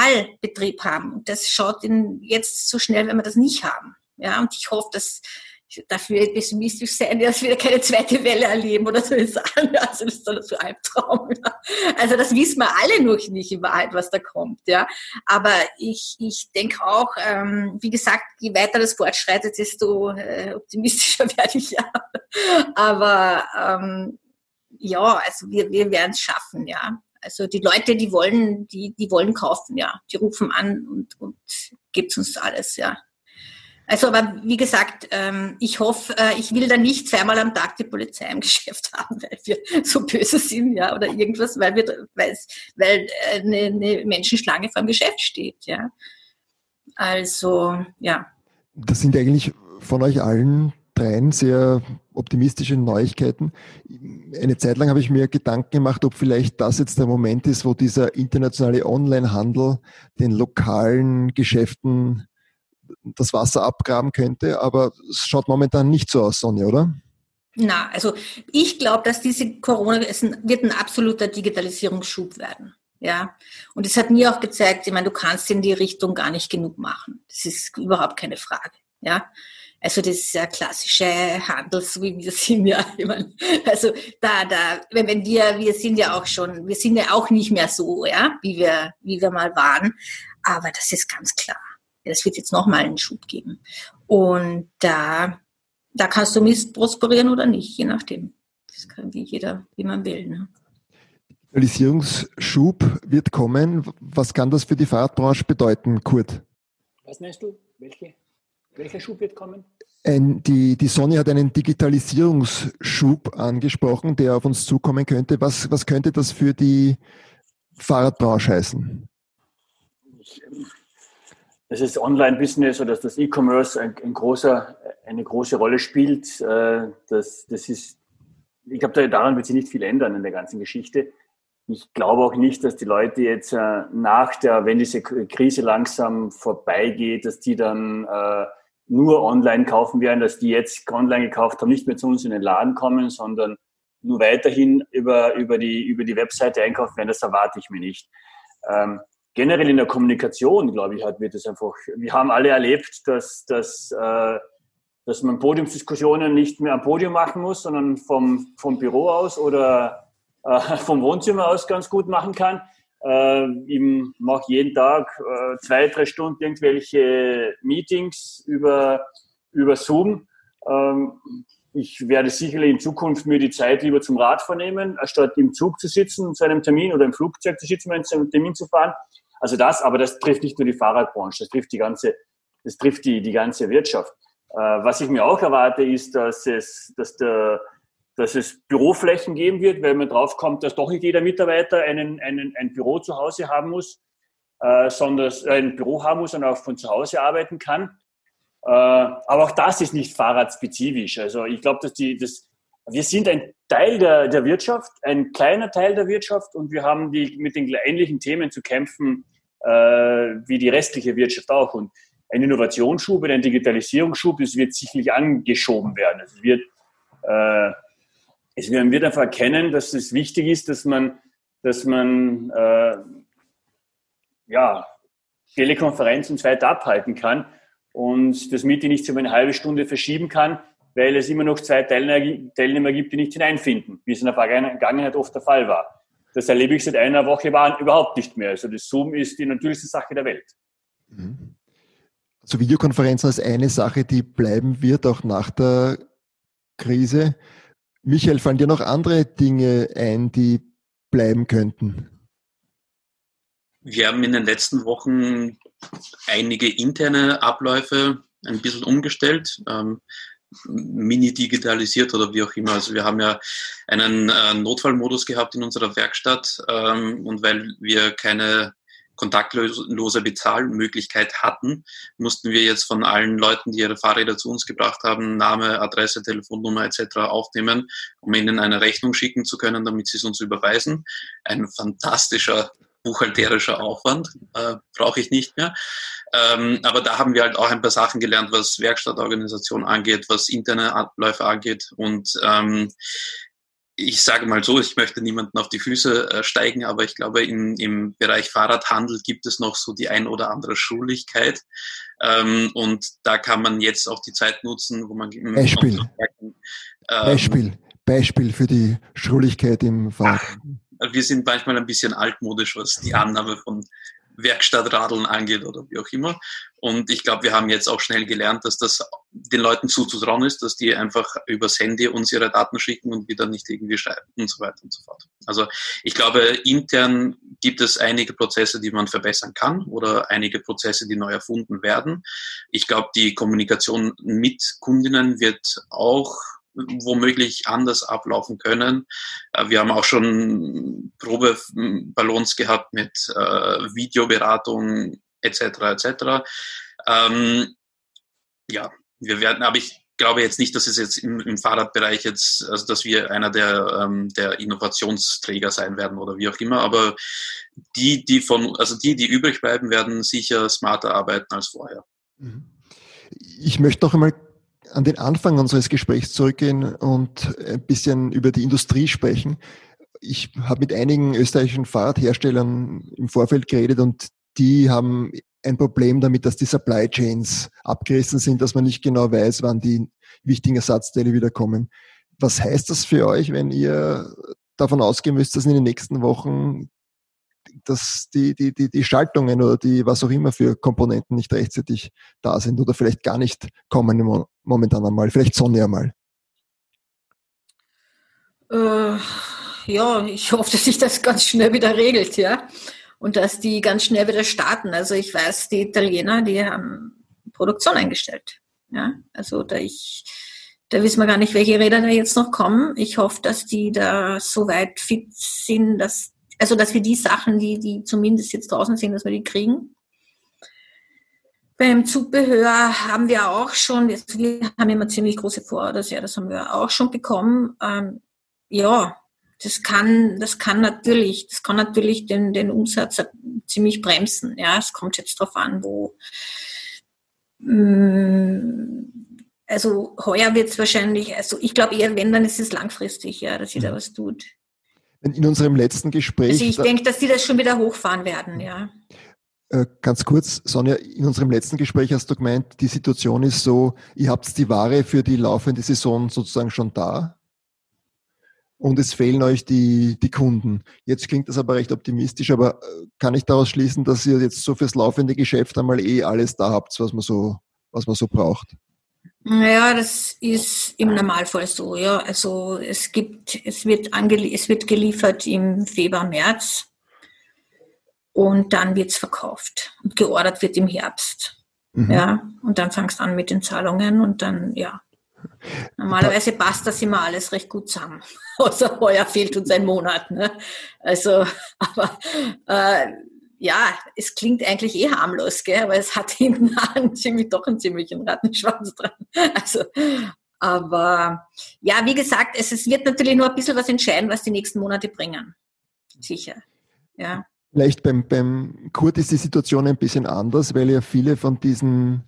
Normalbetrieb haben. Und das schaut in, jetzt so schnell, wenn wir das nicht haben, ja. Und ich hoffe, dass dafür pessimistisch sein, dass wir keine zweite Welle erleben oder so sagen. Also das ist dann so ein Albtraum. Ja. Also das wissen wir alle noch nicht in Wahrheit, was da kommt. Ja. Aber ich, ich denke auch, ähm, wie gesagt, je weiter das fortschreitet, desto äh, optimistischer werde ich ja. Aber ähm, ja, also wir, wir werden es schaffen, ja. Also die Leute, die wollen, die, die wollen kaufen, ja. Die rufen an und, und gibt's uns alles, ja. Also, aber wie gesagt, ähm, ich hoffe, äh, ich will da nicht zweimal am Tag die Polizei im Geschäft haben, weil wir so böse sind, ja, oder irgendwas, weil wir, weil, weil eine, eine Menschenschlange vor dem Geschäft steht, ja. Also, ja. Das sind eigentlich von euch allen dreien sehr optimistische Neuigkeiten. Eine Zeit lang habe ich mir Gedanken gemacht, ob vielleicht das jetzt der Moment ist, wo dieser internationale Onlinehandel den lokalen Geschäften das Wasser abgraben könnte, aber es schaut momentan nicht so aus, Sonja, oder? Na, also ich glaube, dass diese Corona es wird ein absoluter Digitalisierungsschub werden. Ja, und es hat mir auch gezeigt, ich meine, du kannst in die Richtung gar nicht genug machen. Das ist überhaupt keine Frage. Ja, also das ist ja klassische Handel, so wie wir sind, ja. Ich meine, also da, da, wenn, wenn wir, wir sind ja auch schon, wir sind ja auch nicht mehr so, ja, wie wir, wie wir mal waren. Aber das ist ganz klar. Es wird jetzt nochmal einen Schub geben. Und da, da kannst du mit prosperieren oder nicht, je nachdem. Das kann wie jeder, wie man will. Ne? Digitalisierungsschub wird kommen. Was kann das für die Fahrradbranche bedeuten, Kurt? Was meinst du? Welche, welcher Schub wird kommen? Ein, die, die Sonja hat einen Digitalisierungsschub angesprochen, der auf uns zukommen könnte. Was, was könnte das für die Fahrradbranche heißen? Ich, dass das Online-Business oder dass das E-Commerce ein, ein großer, eine große Rolle spielt, äh, das, das ist, ich glaube, daran wird sich nicht viel ändern in der ganzen Geschichte. Ich glaube auch nicht, dass die Leute jetzt äh, nach der, wenn diese Krise langsam vorbeigeht, dass die dann äh, nur online kaufen werden, dass die jetzt online gekauft haben, nicht mehr zu uns in den Laden kommen, sondern nur weiterhin über, über die, über die Webseite einkaufen werden. Das erwarte ich mir nicht. Ähm, Generell in der Kommunikation, glaube ich, wird es einfach, wir haben alle erlebt, dass, dass, äh, dass man Podiumsdiskussionen nicht mehr am Podium machen muss, sondern vom, vom Büro aus oder äh, vom Wohnzimmer aus ganz gut machen kann. Äh, ich mache jeden Tag äh, zwei, drei Stunden irgendwelche Meetings über, über Zoom. Ähm, ich werde sicherlich in Zukunft mir die Zeit lieber zum Radfahren nehmen, anstatt im Zug zu sitzen, zu einem Termin oder im Flugzeug zu sitzen, um zu einem Termin zu fahren. Also das, aber das trifft nicht nur die Fahrradbranche, das trifft die ganze, das trifft die, die ganze Wirtschaft. Äh, was ich mir auch erwarte, ist, dass es, dass der, dass es Büroflächen geben wird, weil man drauf kommt, dass doch nicht jeder Mitarbeiter einen, einen, ein Büro zu Hause haben muss, äh, sondern ein Büro haben muss und auch von zu Hause arbeiten kann. Äh, aber auch das ist nicht fahrradspezifisch. Also ich glaube, dass die, das, wir sind ein Teil der, der Wirtschaft, ein kleiner Teil der Wirtschaft und wir haben die, mit den ähnlichen Themen zu kämpfen, äh, wie die restliche Wirtschaft auch. Und ein Innovationsschub oder ein Digitalisierungsschub, das wird sicherlich angeschoben werden. Es wird, äh, es wird einfach erkennen, dass es wichtig ist, dass man, dass man, äh, ja, Telekonferenz und so weiter abhalten kann und das Meeting nicht so eine halbe Stunde verschieben kann, weil es immer noch zwei Teilnehmer gibt, die nicht hineinfinden, wie es in der Vergangenheit oft der Fall war. Das erlebe ich seit einer Woche waren überhaupt nicht mehr. Also das Zoom ist die natürlichste Sache der Welt. Also Videokonferenzen ist eine Sache, die bleiben wird, auch nach der Krise. Michael, fallen dir noch andere Dinge ein, die bleiben könnten? Wir haben in den letzten Wochen einige interne Abläufe ein bisschen umgestellt, ähm, mini-digitalisiert oder wie auch immer. Also wir haben ja einen äh, Notfallmodus gehabt in unserer Werkstatt ähm, und weil wir keine kontaktlose Bezahlmöglichkeit hatten, mussten wir jetzt von allen Leuten, die ihre Fahrräder zu uns gebracht haben, Name, Adresse, Telefonnummer et cetera aufnehmen, um ihnen eine Rechnung schicken zu können, damit sie es uns überweisen. Ein fantastischer buchhalterischer Aufwand, äh, brauche ich nicht mehr. Ähm, aber da haben wir halt auch ein paar Sachen gelernt, was Werkstattorganisation angeht, was interne Abläufe angeht und ähm, ich sage mal so, ich möchte niemanden auf die Füße äh, steigen, aber ich glaube, im, im Bereich Fahrradhandel gibt es noch so die ein oder andere Schrulligkeit. Ähm, und da kann man jetzt auch die Zeit nutzen, wo man... Beispiel. Ähm, Beispiel. Beispiel für die Schrulligkeit im Fahrrad. Wir sind manchmal ein bisschen altmodisch, was die Annahme von Werkstattradeln angeht oder wie auch immer. Und ich glaube, wir haben jetzt auch schnell gelernt, dass das den Leuten zuzutrauen ist, dass die einfach übers Handy uns ihre Daten schicken und wieder nicht irgendwie schreiben und so weiter und so fort. Also ich glaube, intern gibt es einige Prozesse, die man verbessern kann oder einige Prozesse, die neu erfunden werden. Ich glaube, die Kommunikation mit Kundinnen wird auch womöglich anders ablaufen können. Wir haben auch schon Probeballons gehabt mit äh, Videoberatung et cetera et cetera. Ähm, ja, wir werden, aber ich glaube jetzt nicht, dass es jetzt im, im Fahrradbereich jetzt, also dass wir einer der, ähm, der Innovationsträger sein werden oder wie auch immer, aber die, die von, also die, die übrig bleiben, werden sicher smarter arbeiten als vorher. Ich möchte noch einmal an den Anfang unseres Gesprächs zurückgehen und ein bisschen über die Industrie sprechen. Ich habe mit einigen österreichischen Fahrradherstellern im Vorfeld geredet und die haben ein Problem damit, dass die Supply Chains abgerissen sind, dass man nicht genau weiß, wann die wichtigen Ersatzteile wieder kommen. Was heißt das für euch, wenn ihr davon ausgehen müsst, dass in den nächsten Wochen dass die, die, die, die Schaltungen oder die was auch immer für Komponenten nicht rechtzeitig da sind oder vielleicht gar nicht kommen momentan einmal, vielleicht Sonja einmal? Äh, ja, ich hoffe, dass sich das ganz schnell wieder regelt, ja. Und dass die ganz schnell wieder starten. Also ich weiß, die Italiener, die haben Produktion eingestellt. Ja, also da ich, da wissen wir gar nicht, welche Räder da jetzt noch kommen. Ich hoffe, dass die da so weit fit sind, dass Also, dass wir die Sachen, die, die zumindest jetzt draußen sind, dass wir die kriegen. Beim Zubehör haben wir auch schon, jetzt, wir haben immer ziemlich große Vororders, ja, das haben wir auch schon bekommen. Ähm, ja, das kann, das kann natürlich, das kann natürlich den, den Umsatz ziemlich bremsen. Ja, es kommt jetzt drauf an, wo, mh, also heuer wird es wahrscheinlich, also ich glaube eher, wenn, dann ist es langfristig, ja, dass sich da was tut. In unserem letzten Gespräch... Also ich da, denke, dass die das schon wieder hochfahren werden, ja. Äh, ganz kurz, Sonja, in unserem letzten Gespräch hast du gemeint, die Situation ist so, ihr habt die Ware für die laufende Saison sozusagen schon da und es fehlen euch die, die Kunden. Jetzt klingt das aber recht optimistisch, aber kann ich daraus schließen, dass ihr jetzt so fürs laufende Geschäft einmal eh alles da habt, was man so, was man so braucht? Naja, das ist im Normalfall so, ja. Also es gibt, es wird ange, es wird geliefert im Februar, März und dann wird's verkauft und geordert wird im Herbst. Mhm. Ja. Und dann fangst du an mit den Zahlungen und dann, ja. Normalerweise passt das immer alles recht gut zusammen. Außer heuer fehlt uns ein Monat, ne? Also, aber äh, ja, es klingt eigentlich eh harmlos, gell? Aber es hat hinten an ziemlich, doch einen ziemlichen Rattenschwanz dran. Also, aber ja, wie gesagt, es, es wird natürlich nur ein bisschen was entscheiden, was die nächsten Monate bringen. Sicher, ja. Vielleicht beim, beim Kurt ist die Situation ein bisschen anders, weil ja viele von diesen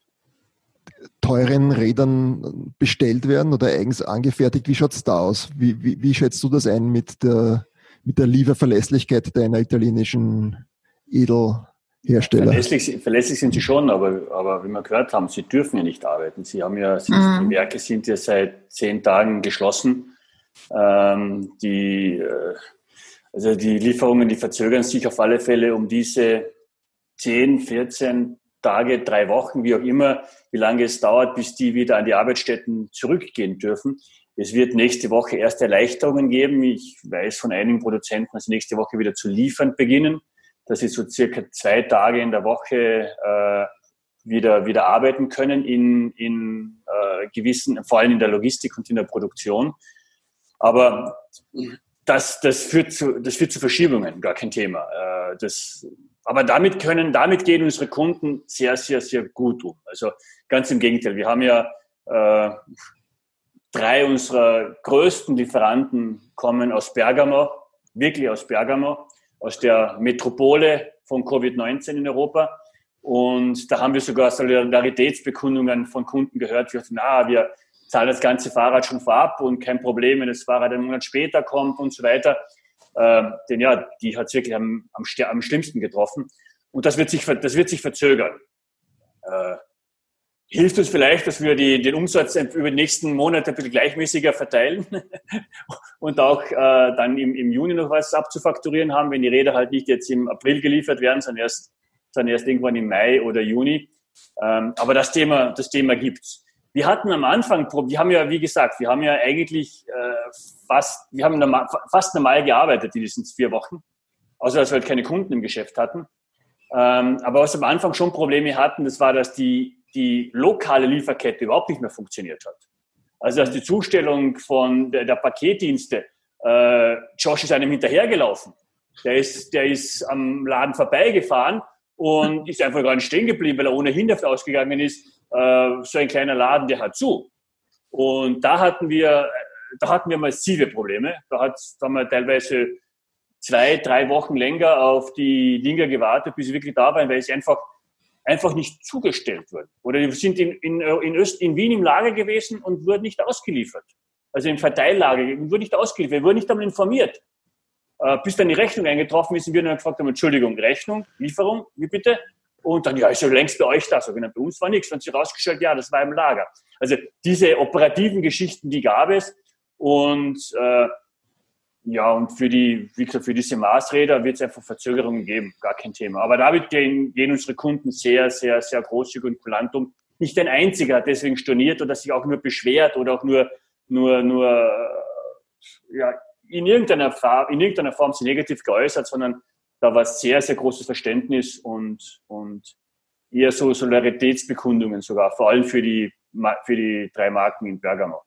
teuren Rädern bestellt werden oder eigens angefertigt. Wie schaut's da aus? Wie, wie, wie schätzt du das ein mit der, mit der Lieferverlässlichkeit deiner italienischen Edelhersteller? Verlässlich, verlässlich sind sie schon, aber, aber wie wir gehört haben, sie dürfen ja nicht arbeiten. Sie haben ja, sie, mhm. Die Werke sind ja seit zehn Tagen geschlossen. Ähm, die, äh, also die Lieferungen, die verzögern sich auf alle Fälle um diese zehn, vierzehn Tage, drei Wochen, wie auch immer, wie lange es dauert, bis die wieder an die Arbeitsstätten zurückgehen dürfen. Es wird nächste Woche erste Erleichterungen geben. Ich weiß von einigen Produzenten, dass sie nächste Woche wieder zu liefern beginnen, dass sie so circa zwei Tage in der Woche äh, wieder, wieder arbeiten können in, in äh, gewissen, vor allem in der Logistik und in der Produktion. Aber das, das, führt zu, das führt zu Verschiebungen, gar kein Thema. Äh, das, aber damit können, damit gehen unsere Kunden sehr, sehr, sehr gut um. Also ganz im Gegenteil. Wir haben ja äh, drei unserer größten Lieferanten kommen aus Bergamo, wirklich aus Bergamo, aus der Metropole von Covid neunzehn in Europa. Und da haben wir sogar Solidaritätsbekundungen von Kunden gehört, wie, na, wir, zahle das ganze Fahrrad schon vorab und kein Problem, wenn das Fahrrad einen Monat später kommt und so weiter. Ähm, denn ja, die hat es wirklich am, am, am schlimmsten getroffen. Und das wird sich, das wird sich verzögern. Äh, hilft uns vielleicht, dass wir die, den Umsatz über die nächsten Monate ein bisschen gleichmäßiger verteilen und auch äh, dann im, im Juni noch was abzufakturieren haben, wenn die Räder halt nicht jetzt im April geliefert werden, sondern erst, sondern erst irgendwann im Mai oder Juni. Ähm, aber das Thema, das Thema gibt's. Wir hatten am Anfang, wir haben ja, wie gesagt, wir haben ja eigentlich äh, fast, wir haben normal, fast normal gearbeitet in diesen vier Wochen, außer dass wir halt keine Kunden im Geschäft hatten. Ähm, aber was am Anfang schon Probleme hatten, das war, dass die, die lokale Lieferkette überhaupt nicht mehr funktioniert hat. Also, dass die Zustellung von der, der Paketdienste, äh, Josh ist einem hinterhergelaufen. Der ist, der ist am Laden vorbeigefahren und ist einfach gar nicht stehen geblieben, weil er ohnehin davon ausgegangen ist, äh, so ein kleiner Laden, der hat zu. Und da hatten wir, da hatten wir massive Probleme. Da, hat, da haben wir teilweise zwei, drei Wochen länger auf die Dinger gewartet, bis sie wirklich da waren, weil sie einfach, einfach nicht zugestellt wurden. Oder die sind in, in, in, Öst, in Wien im Lager gewesen und wurden nicht ausgeliefert. Also im Verteillager, wurden nicht ausgeliefert, wurden nicht einmal informiert. Äh, bis dann die Rechnung eingetroffen ist und wir dann gefragt haben, Entschuldigung, Rechnung, Lieferung, wie bitte? Und dann, ja, ist ja längst bei euch da. So, bei uns war nichts. Dann hat sich rausgestellt, ja, das war im Lager. Also diese operativen Geschichten, die gab es. Und äh, ja, und für die, wie gesagt, für diese Maßräder wird es einfach Verzögerungen geben, gar kein Thema. Aber damit gehen, gehen unsere Kunden sehr, sehr, sehr großzügig und kulant um. Nicht ein einziger hat deswegen storniert oder sich auch nur beschwert oder auch nur, nur, nur, ja, in irgendeiner Form, in irgendeiner Form sich negativ geäußert, sondern da war sehr, sehr großes Verständnis und, und eher so Solidaritätsbekundungen sogar, vor allem für die, für die drei Marken in Bergamo.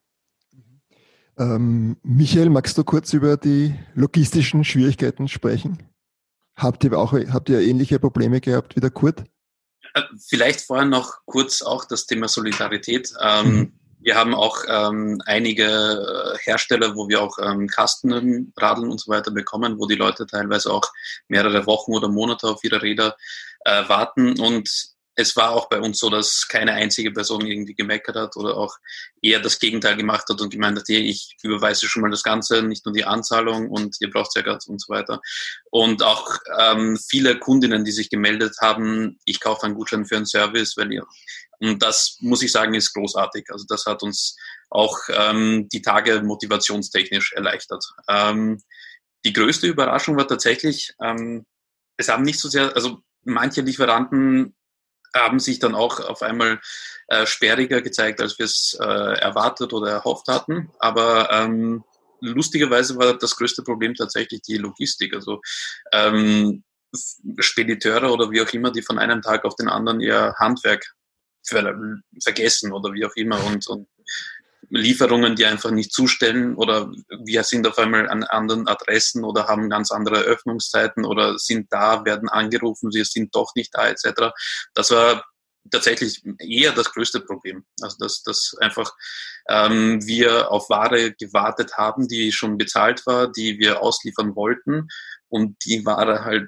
Ähm, Michael, magst du kurz über die logistischen Schwierigkeiten sprechen? Habt ihr auch habt ihr ähnliche Probleme gehabt wie der Kurt? Vielleicht vorher noch kurz auch das Thema Solidarität. Ähm, mhm. Wir haben auch ähm, einige Hersteller, wo wir auch ähm, Kastenradeln und so weiter bekommen, wo die Leute teilweise auch mehrere Wochen oder Monate auf ihre Räder äh, warten. Und es war auch bei uns so, dass keine einzige Person irgendwie gemeckert hat oder auch eher das Gegenteil gemacht hat und gemeint hat, hey, ich überweise schon mal das Ganze, nicht nur die Anzahlung und ihr braucht ja gerade und so weiter. Und auch ähm, viele Kundinnen, die sich gemeldet haben, ich kaufe einen Gutschein für einen Service, weil ihr, und das muss ich sagen, ist großartig. Also das hat uns auch ähm, die Tage motivationstechnisch erleichtert. Ähm, die größte Überraschung war tatsächlich, ähm, es haben nicht so sehr, also manche Lieferanten haben sich dann auch auf einmal äh, sperriger gezeigt, als wir es äh, erwartet oder erhofft hatten. Aber ähm, lustigerweise war das größte Problem tatsächlich die Logistik. Also ähm, Spediteure oder wie auch immer, die von einem Tag auf den anderen ihr Handwerk ver- vergessen oder wie auch immer und, und Lieferungen, die einfach nicht zustellen oder wir sind auf einmal an anderen Adressen oder haben ganz andere Öffnungszeiten oder sind da, werden angerufen, wir sind doch nicht da et cetera. Das war tatsächlich eher das größte Problem. Also dass, dass einfach ähm, wir auf Ware gewartet haben, die schon bezahlt war, die wir ausliefern wollten und die Ware halt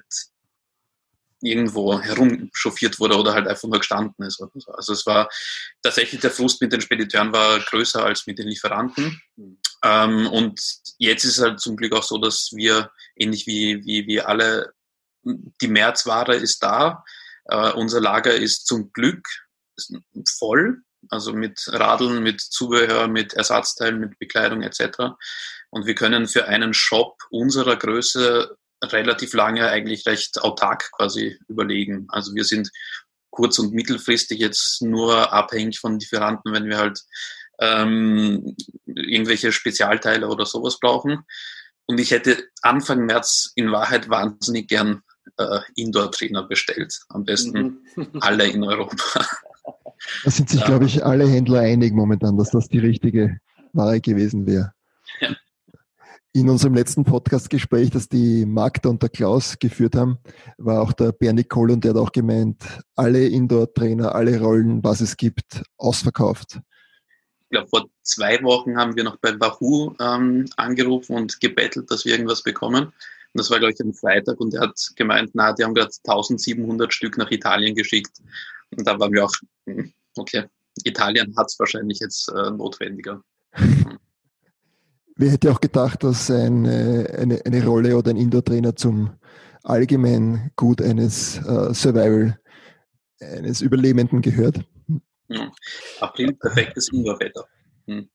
irgendwo herumchauffiert wurde oder halt einfach nur gestanden ist. Also es war tatsächlich, der Frust mit den Spediteuren war größer als mit den Lieferanten. Mhm. Ähm, und jetzt ist es halt zum Glück auch so, dass wir, ähnlich wie, wie, wie alle, die Märzware ist da. Äh, unser Lager ist zum Glück voll, also mit Radeln, mit Zubehör, mit Ersatzteilen, mit Bekleidung et cetera. Und wir können für einen Shop unserer Größe relativ lange eigentlich recht autark quasi überlegen. Also wir sind kurz- und mittelfristig jetzt nur abhängig von Lieferanten, wenn wir halt ähm, irgendwelche Spezialteile oder sowas brauchen. Und ich hätte Anfang März in Wahrheit wahnsinnig gern äh, Indoor-Trainer bestellt. Am besten mhm. alle in Europa. Da sind sich, ja. glaube ich, alle Händler einig momentan, dass das die richtige Ware gewesen wäre. Ja. In unserem letzten Podcast-Gespräch, das die Magda und der Klaus geführt haben, war auch der Bernie Kohl und der hat auch gemeint, alle Indoor-Trainer, alle Rollen, was es gibt, ausverkauft. Ich glaube, vor zwei Wochen haben wir noch bei Wahoo ähm, angerufen und gebettelt, dass wir irgendwas bekommen. Und das war, glaube ich, am Freitag und er hat gemeint, na, die haben gerade eintausendsiebenhundert Stück nach Italien geschickt. Und da waren wir auch, okay, Italien hat es wahrscheinlich jetzt äh, notwendiger. Wer hätte auch gedacht, dass eine, eine, eine Rolle oder ein Indoor-Trainer zum allgemeinen Gut eines äh, Survival, eines Überlebenden gehört? Ja. April, perfektes Indoor-Wetter. Hm.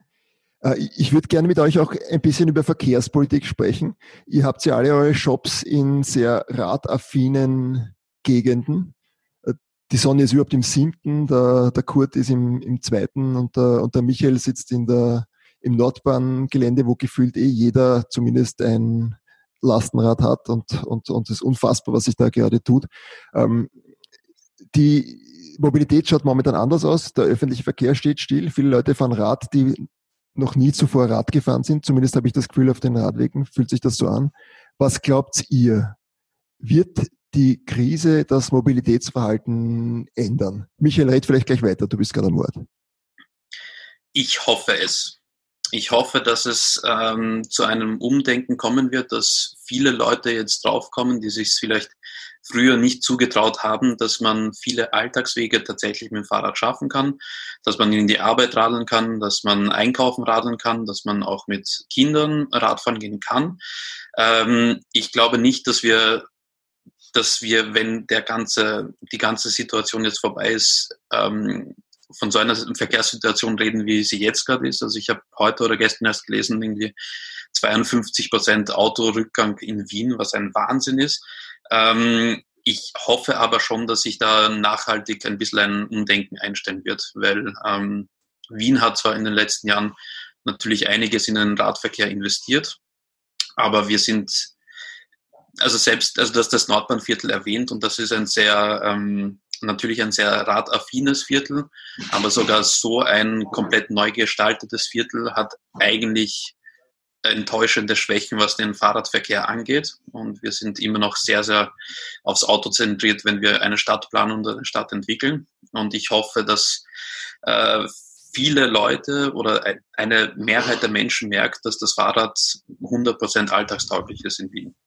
Ich würde gerne mit euch auch ein bisschen über Verkehrspolitik sprechen. Ihr habt ja alle eure Shops in sehr radaffinen Gegenden. Die Sonja ist überhaupt im siebten, der, der Kurt ist im, im zweiten und der, und der Michael sitzt in der, im Nordbahngelände, wo gefühlt eh jeder zumindest ein Lastenrad hat und, und, und es ist unfassbar, was sich da gerade tut. Ähm, die Mobilität schaut momentan anders aus. Der öffentliche Verkehr steht still. Viele Leute fahren Rad, die noch nie zuvor Rad gefahren sind. Zumindest habe ich das Gefühl, auf den Radwegen fühlt sich das so an. Was glaubt ihr? Wird die Krise das Mobilitätsverhalten ändern? Michael, red vielleicht gleich weiter. Du bist gerade am Wort. Ich hoffe es. Ich hoffe, dass es ähm, zu einem Umdenken kommen wird, dass viele Leute jetzt draufkommen, die sich vielleicht früher nicht zugetraut haben, dass man viele Alltagswege tatsächlich mit dem Fahrrad schaffen kann, dass man in die Arbeit radeln kann, dass man einkaufen radeln kann, dass man auch mit Kindern Radfahren gehen kann. Ähm, ich glaube nicht, dass wir, dass wir, wenn der ganze, die ganze Situation jetzt vorbei ist, ähm, von so einer Verkehrssituation reden, wie sie jetzt gerade ist. Also ich habe heute oder gestern erst gelesen, irgendwie zweiundfünfzig Prozent Autorückgang in Wien, was ein Wahnsinn ist. Ähm, ich hoffe aber schon, dass sich da nachhaltig ein bisschen ein Umdenken einstellen wird, weil ähm, Wien hat zwar in den letzten Jahren natürlich einiges in den Radverkehr investiert, aber wir sind, also selbst, also das das Nordbahnviertel erwähnt und das ist ein sehr, ähm, natürlich ein sehr radaffines Viertel, aber sogar so ein komplett neu gestaltetes Viertel hat eigentlich enttäuschende Schwächen, was den Fahrradverkehr angeht. Und wir sind immer noch sehr, sehr aufs Auto zentriert, wenn wir eine Stadt planen und eine Stadt entwickeln. Und ich hoffe, dass äh, viele Leute oder eine Mehrheit der Menschen merkt, dass das Fahrrad hundert Prozent alltagstauglich ist in Wien.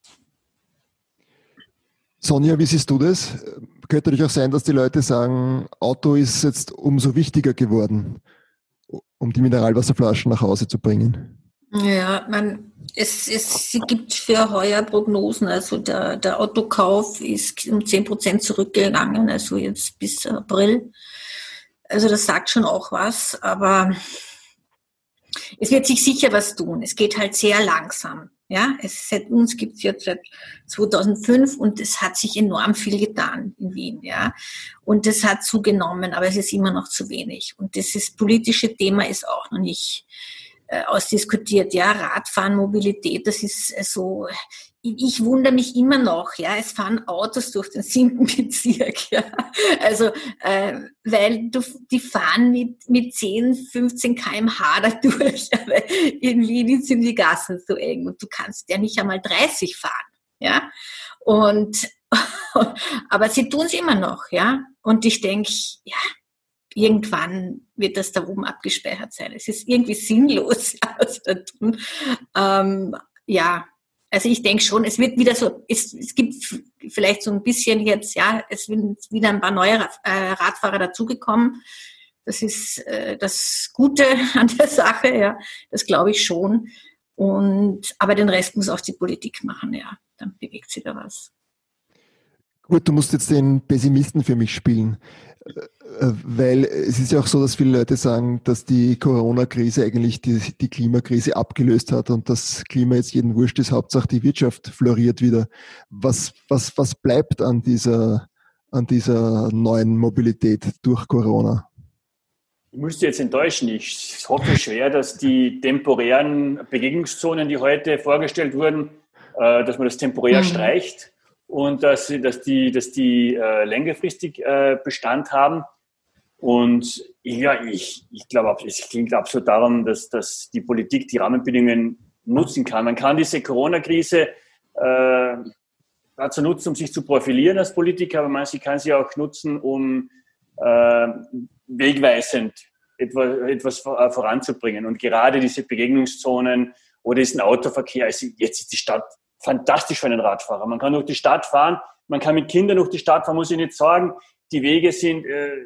Sonja, wie siehst du das? Könnte natürlich auch sein, dass die Leute sagen, Auto ist jetzt umso wichtiger geworden, um die Mineralwasserflaschen nach Hause zu bringen. Ja, man, es, es gibt für heuer Prognosen, also der, der Autokauf ist um zehn Prozent zurückgegangen, also jetzt bis April. Also das sagt schon auch was, aber es wird sich sicher was tun. Es geht halt sehr langsam. Ja, es, seit uns gibt es jetzt seit zweitausendfünf und es hat sich enorm viel getan in Wien, ja. Und es hat zugenommen, aber es ist immer noch zu wenig. Und dieses politische Thema ist auch noch nicht äh, ausdiskutiert. Ja, Radfahren, Mobilität, das ist äh, so. Ich wundere mich immer noch, ja, es fahren Autos durch den siebten Bezirk, ja. Also, äh, weil du, die fahren mit, mit zehn, fünfzehn Kilometer pro Stunde da durch, aber in Wien sind die Gassen so eng und du kannst ja nicht einmal dreißig fahren, ja. Und, aber sie tun es immer noch, ja. Und ich denke, ja, irgendwann wird das da oben abgespeichert sein. Es ist irgendwie sinnlos, ja, was sie da tun. Ähm, ja. Also ich denke schon, es wird wieder so, es, es gibt vielleicht so ein bisschen jetzt, ja, es sind wieder ein paar neue Radfahrer dazugekommen. Das ist äh, das Gute an der Sache, ja, das glaube ich schon. Und aber den Rest muss auch die Politik machen, ja, dann bewegt sich da was. Gut, du musst jetzt den Pessimisten für mich spielen, weil es ist ja auch so, dass viele Leute sagen, dass die Corona-Krise eigentlich die, die Klimakrise abgelöst hat und das Klima jetzt jeden wurscht ist, Hauptsache die Wirtschaft floriert wieder. Was, was, was bleibt an dieser, an dieser neuen Mobilität durch Corona? Ich müsste jetzt enttäuschen. Ich hoffe schwer, dass die temporären Begegnungszonen, die heute vorgestellt wurden, dass man das temporär mhm. streicht. Und dass, dass die, dass die äh, längerfristig äh, Bestand haben. Und ja, ich, ich glaube, es klingt absolut darum, dass, dass die Politik die Rahmenbedingungen nutzen kann. Man kann diese Corona-Krise äh, dazu nutzen, um sich zu profilieren als Politiker, aber man sie kann sie auch nutzen, um äh, wegweisend etwas, etwas voranzubringen. Und gerade diese Begegnungszonen oder diesen Autoverkehr, also jetzt ist die Stadt fantastisch für einen Radfahrer. Man kann durch die Stadt fahren, man kann mit Kindern durch die Stadt fahren, muss ich nicht sagen. Die Wege sind, äh,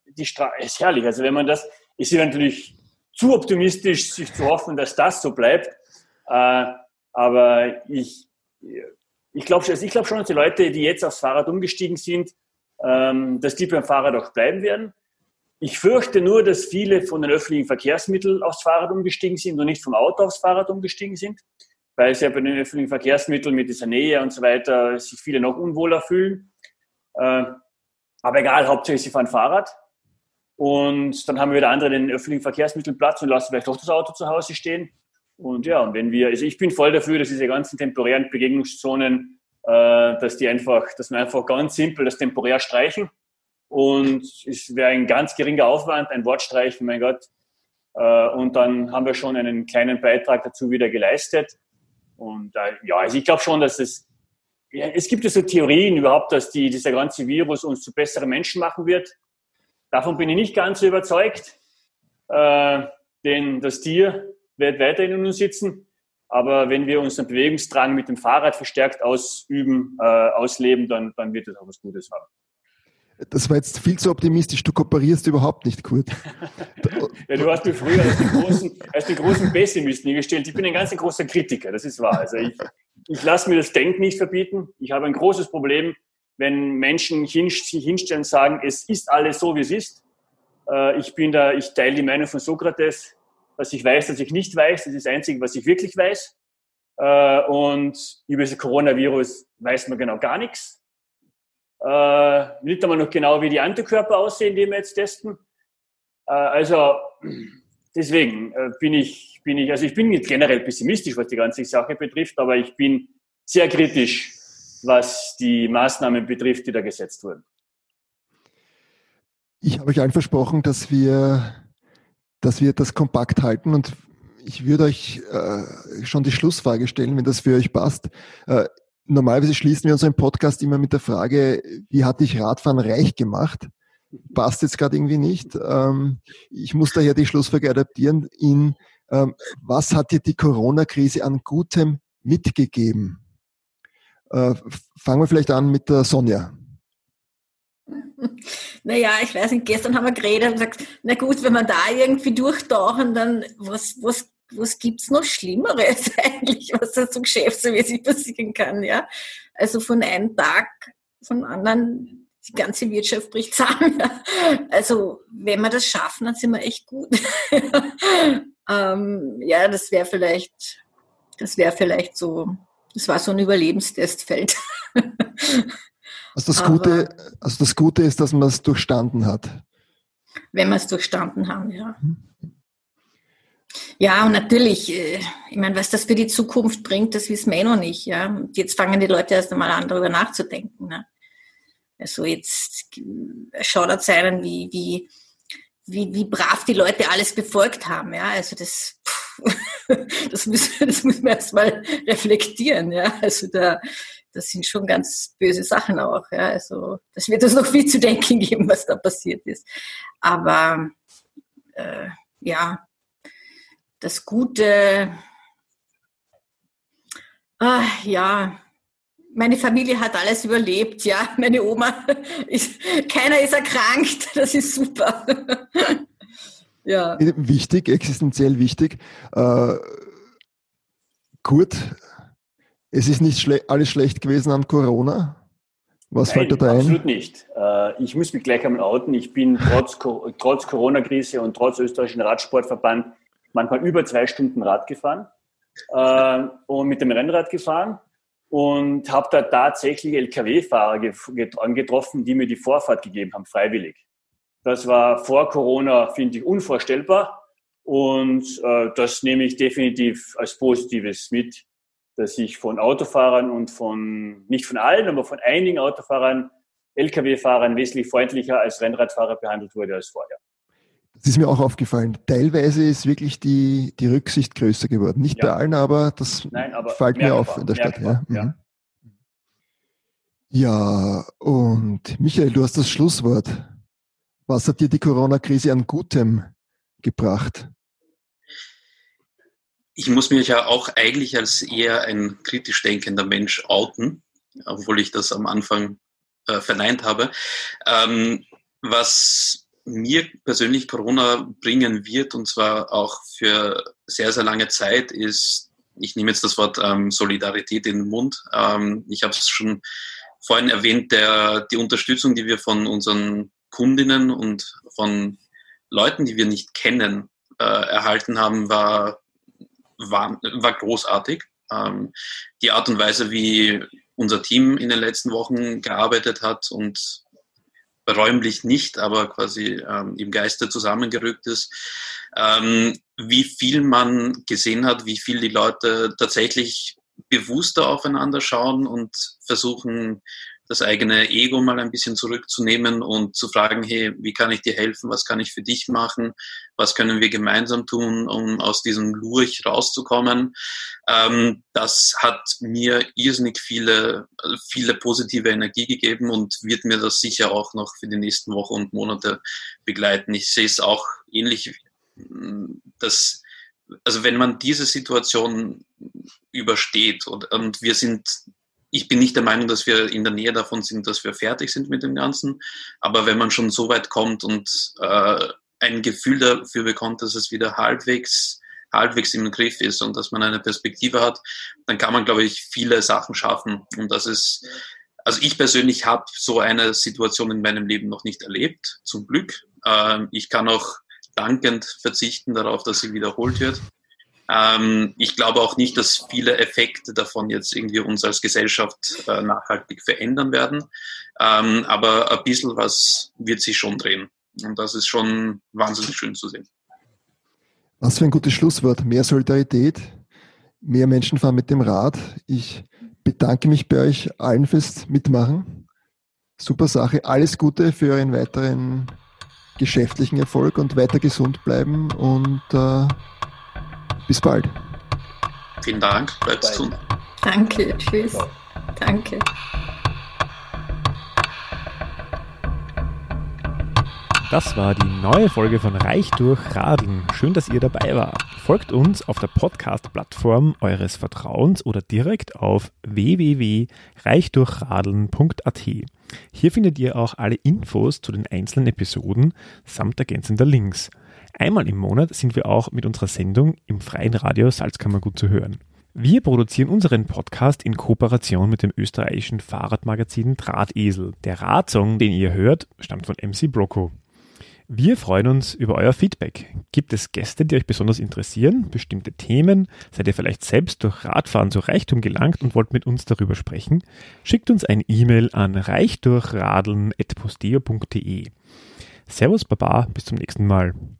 die Straße ist herrlich. Also wenn man das, ist ja natürlich zu optimistisch, sich zu hoffen, dass das so bleibt. Äh, aber ich, ich glaube also ich glaub schon, dass die Leute, die jetzt aufs Fahrrad umgestiegen sind, ähm, dass die beim Fahrrad auch bleiben werden. Ich fürchte nur, dass viele von den öffentlichen Verkehrsmitteln aufs Fahrrad umgestiegen sind und nicht vom Auto aufs Fahrrad umgestiegen sind, weil sie ja bei den öffentlichen Verkehrsmitteln mit dieser Nähe und so weiter sich viele noch unwohler fühlen. Äh, aber egal, hauptsächlich sie fahren Fahrrad. Und dann haben wir wieder andere den öffentlichen Verkehrsmitteln Platz und lassen vielleicht doch das Auto zu Hause stehen. Und ja, und wenn wir, also ich bin voll dafür, dass diese ganzen temporären Begegnungszonen, äh, dass die einfach, dass wir einfach ganz simpel das temporär streichen. Und es wäre ein ganz geringer Aufwand, ein Wortstreichen, mein Gott. Äh, und dann haben wir schon einen kleinen Beitrag dazu wieder geleistet. Und äh, ja, also ich glaube schon, dass es, ja, es gibt ja so Theorien überhaupt, dass die, dieser ganze Virus uns zu besseren Menschen machen wird. Davon bin ich nicht ganz so überzeugt, äh, denn das Tier wird weiterhin in uns sitzen. Aber wenn wir unseren Bewegungsdrang mit dem Fahrrad verstärkt ausüben, äh, ausleben, dann, dann wird es auch was Gutes haben. Das war jetzt viel zu optimistisch. Du kooperierst überhaupt nicht, Kurt. Ja, du hast mir früher als den großen, als den großen Pessimisten gestellt. Ich bin ein ganz großer Kritiker, das ist wahr. Also ich, ich lasse mir das Denken nicht verbieten. Ich habe ein großes Problem, wenn Menschen sich hinstellen und sagen, es ist alles so, wie es ist. Ich bin da, ich teile die Meinung von Sokrates, dass ich weiß, dass ich nicht weiß. Das ist das Einzige, was ich wirklich weiß. Und über das Coronavirus weiß man genau gar nichts. Nicht einmal noch genau, wie die Antikörper aussehen, die wir jetzt testen. Also deswegen bin ich, bin ich, also ich bin nicht generell pessimistisch, was die ganze Sache betrifft, aber ich bin sehr kritisch, was die Maßnahmen betrifft, die da gesetzt wurden. Ich habe euch allen versprochen, dass wir, dass wir das kompakt halten und ich würde euch äh, schon die Schlussfrage stellen, wenn das für euch passt. Äh, normalerweise schließen wir unseren Podcast immer mit der Frage, wie hat dich Radfahren reich gemacht? Passt jetzt gerade irgendwie nicht. Ähm, ich muss daher die Schlussfrage adaptieren in, ähm, was hat dir die Corona-Krise an Gutem mitgegeben? Äh, fangen wir vielleicht an mit der Sonja. Naja, ich weiß nicht, gestern haben wir geredet und gesagt, na gut, wenn wir da irgendwie durchtauchen, dann was, was, was gibt's noch Schlimmeres eigentlich, was da so geschäftsmäßig passieren kann, ja? Also von einem Tag, von anderen, die ganze Wirtschaft bricht zusammen. Ja? Also wenn wir das schaffen, dann sind wir echt gut. ähm, ja, das wäre vielleicht, das wäre vielleicht so, das war so ein Überlebenstestfeld. Also das, Gute, also das Gute ist, dass man es durchstanden hat. Wenn wir es durchstanden haben, ja. Ja, und natürlich, ich meine, was das für die Zukunft bringt, das wissen wir eh noch nicht. Ja. Und jetzt fangen die Leute erst einmal an, darüber nachzudenken. Ne? Also jetzt schaudert es einen, wie, wie, wie, wie brav die Leute alles befolgt haben. Ja. Also das, das, müssen, das müssen wir erst mal reflektieren. Ja. Also da Das sind schon ganz böse Sachen auch. Ja. Also das wird uns noch viel zu denken geben, was da passiert ist. Aber äh, ja, das Gute, äh, ja, meine Familie hat alles überlebt. Ja, meine Oma, ist, keiner ist erkrankt. Das ist super. Ja. Wichtig, existenziell wichtig. Äh, Kurt, es ist nicht schle- alles schlecht gewesen an Corona. Was Nein, fällt dir da ein? Absolut nicht. Ich muss mich gleich einmal outen. Ich bin trotz, trotz Corona-Krise und trotz österreichischen Radsportverband manchmal über zwei Stunden Rad gefahren und mit dem Rennrad gefahren und habe da tatsächlich L K W-Fahrer getroffen, die mir die Vorfahrt gegeben haben, freiwillig. Das war vor Corona, finde ich, unvorstellbar und das nehme ich definitiv als Positives mit, dass ich von Autofahrern und von, nicht von allen, aber von einigen Autofahrern, L K W-Fahrern wesentlich freundlicher als Rennradfahrer behandelt wurde als vorher. Das ist mir auch aufgefallen. Teilweise ist wirklich die, die Rücksicht größer geworden. Nicht ja. bei allen, aber das Nein, aber fällt mir auf in der Stadt. Ja. Ja. ja, und Michael, du hast das Schlusswort. Was hat dir die Corona-Krise an Gutem gebracht? Ich muss mich ja auch eigentlich als eher ein kritisch denkender Mensch outen, obwohl ich das am Anfang äh, verneint habe. Ähm, was mir persönlich Corona bringen wird, und zwar auch für sehr, sehr lange Zeit, ist, ich nehme jetzt das Wort ähm, Solidarität in den Mund. Ähm, ich habe es schon vorhin erwähnt, der, die Unterstützung, die wir von unseren Kundinnen und von Leuten, die wir nicht kennen, äh, erhalten haben, war, war, war großartig. Ähm, die Art und Weise, wie unser Team in den letzten Wochen gearbeitet hat und räumlich nicht, aber quasi ähm, im Geiste zusammengerückt ist, ähm, wie viel man gesehen hat, wie viel die Leute tatsächlich bewusster aufeinander schauen und versuchen, das eigene Ego mal ein bisschen zurückzunehmen und zu fragen, hey, wie kann ich dir helfen, was kann ich für dich machen, was können wir gemeinsam tun, um aus diesem Lurch rauszukommen. Ähm, das hat mir irrsinnig viele, viele positive Energie gegeben und wird mir das sicher auch noch für die nächsten Wochen und Monate begleiten. Ich sehe es auch ähnlich, dass, also wenn man diese Situation übersteht und, und wir sind, ich bin nicht der Meinung, dass wir in der Nähe davon sind, dass wir fertig sind mit dem Ganzen. Aber wenn man schon so weit kommt und äh, ein Gefühl dafür bekommt, dass es wieder halbwegs, halbwegs im Griff ist und dass man eine Perspektive hat, dann kann man, glaube ich, viele Sachen schaffen. Und das ist, also ich persönlich habe so eine Situation in meinem Leben noch nicht erlebt, zum Glück. Ähm, ich kann auch dankend verzichten darauf, dass sie wiederholt wird. Ähm, ich glaube auch nicht, dass viele Effekte davon jetzt irgendwie uns als Gesellschaft äh, nachhaltig verändern werden. Ähm, aber ein bisschen was wird sich schon drehen. Und das ist schon wahnsinnig schön zu sehen. Was für ein gutes Schlusswort. Mehr Solidarität, mehr Menschen fahren mit dem Rad. Ich bedanke mich bei euch allen fürs Mitmachen. Super Sache. Alles Gute für euren weiteren geschäftlichen Erfolg und weiter gesund bleiben und äh, bis bald. Vielen Dank, bleibt gesund. Danke, tschüss. Ja. Danke. Das war die neue Folge von Reich durch Radeln. Schön, dass ihr dabei wart. Folgt uns auf der Podcast-Plattform eures Vertrauens oder direkt auf w w w punkt reichdurchradeln punkt a t. Hier findet ihr auch alle Infos zu den einzelnen Episoden samt ergänzender Links. Einmal im Monat sind wir auch mit unserer Sendung im freien Radio Salzkammergut zu hören. Wir produzieren unseren Podcast in Kooperation mit dem österreichischen Fahrradmagazin Drahtesel. Der Radsong, den ihr hört, stammt von M C Broco. Wir freuen uns über euer Feedback. Gibt es Gäste, die euch besonders interessieren, bestimmte Themen? Seid ihr vielleicht selbst durch Radfahren zu Reichtum gelangt und wollt mit uns darüber sprechen? Schickt uns ein E-Mail an reichdurchradeln at posteo punkt de. Servus Baba, bis zum nächsten Mal.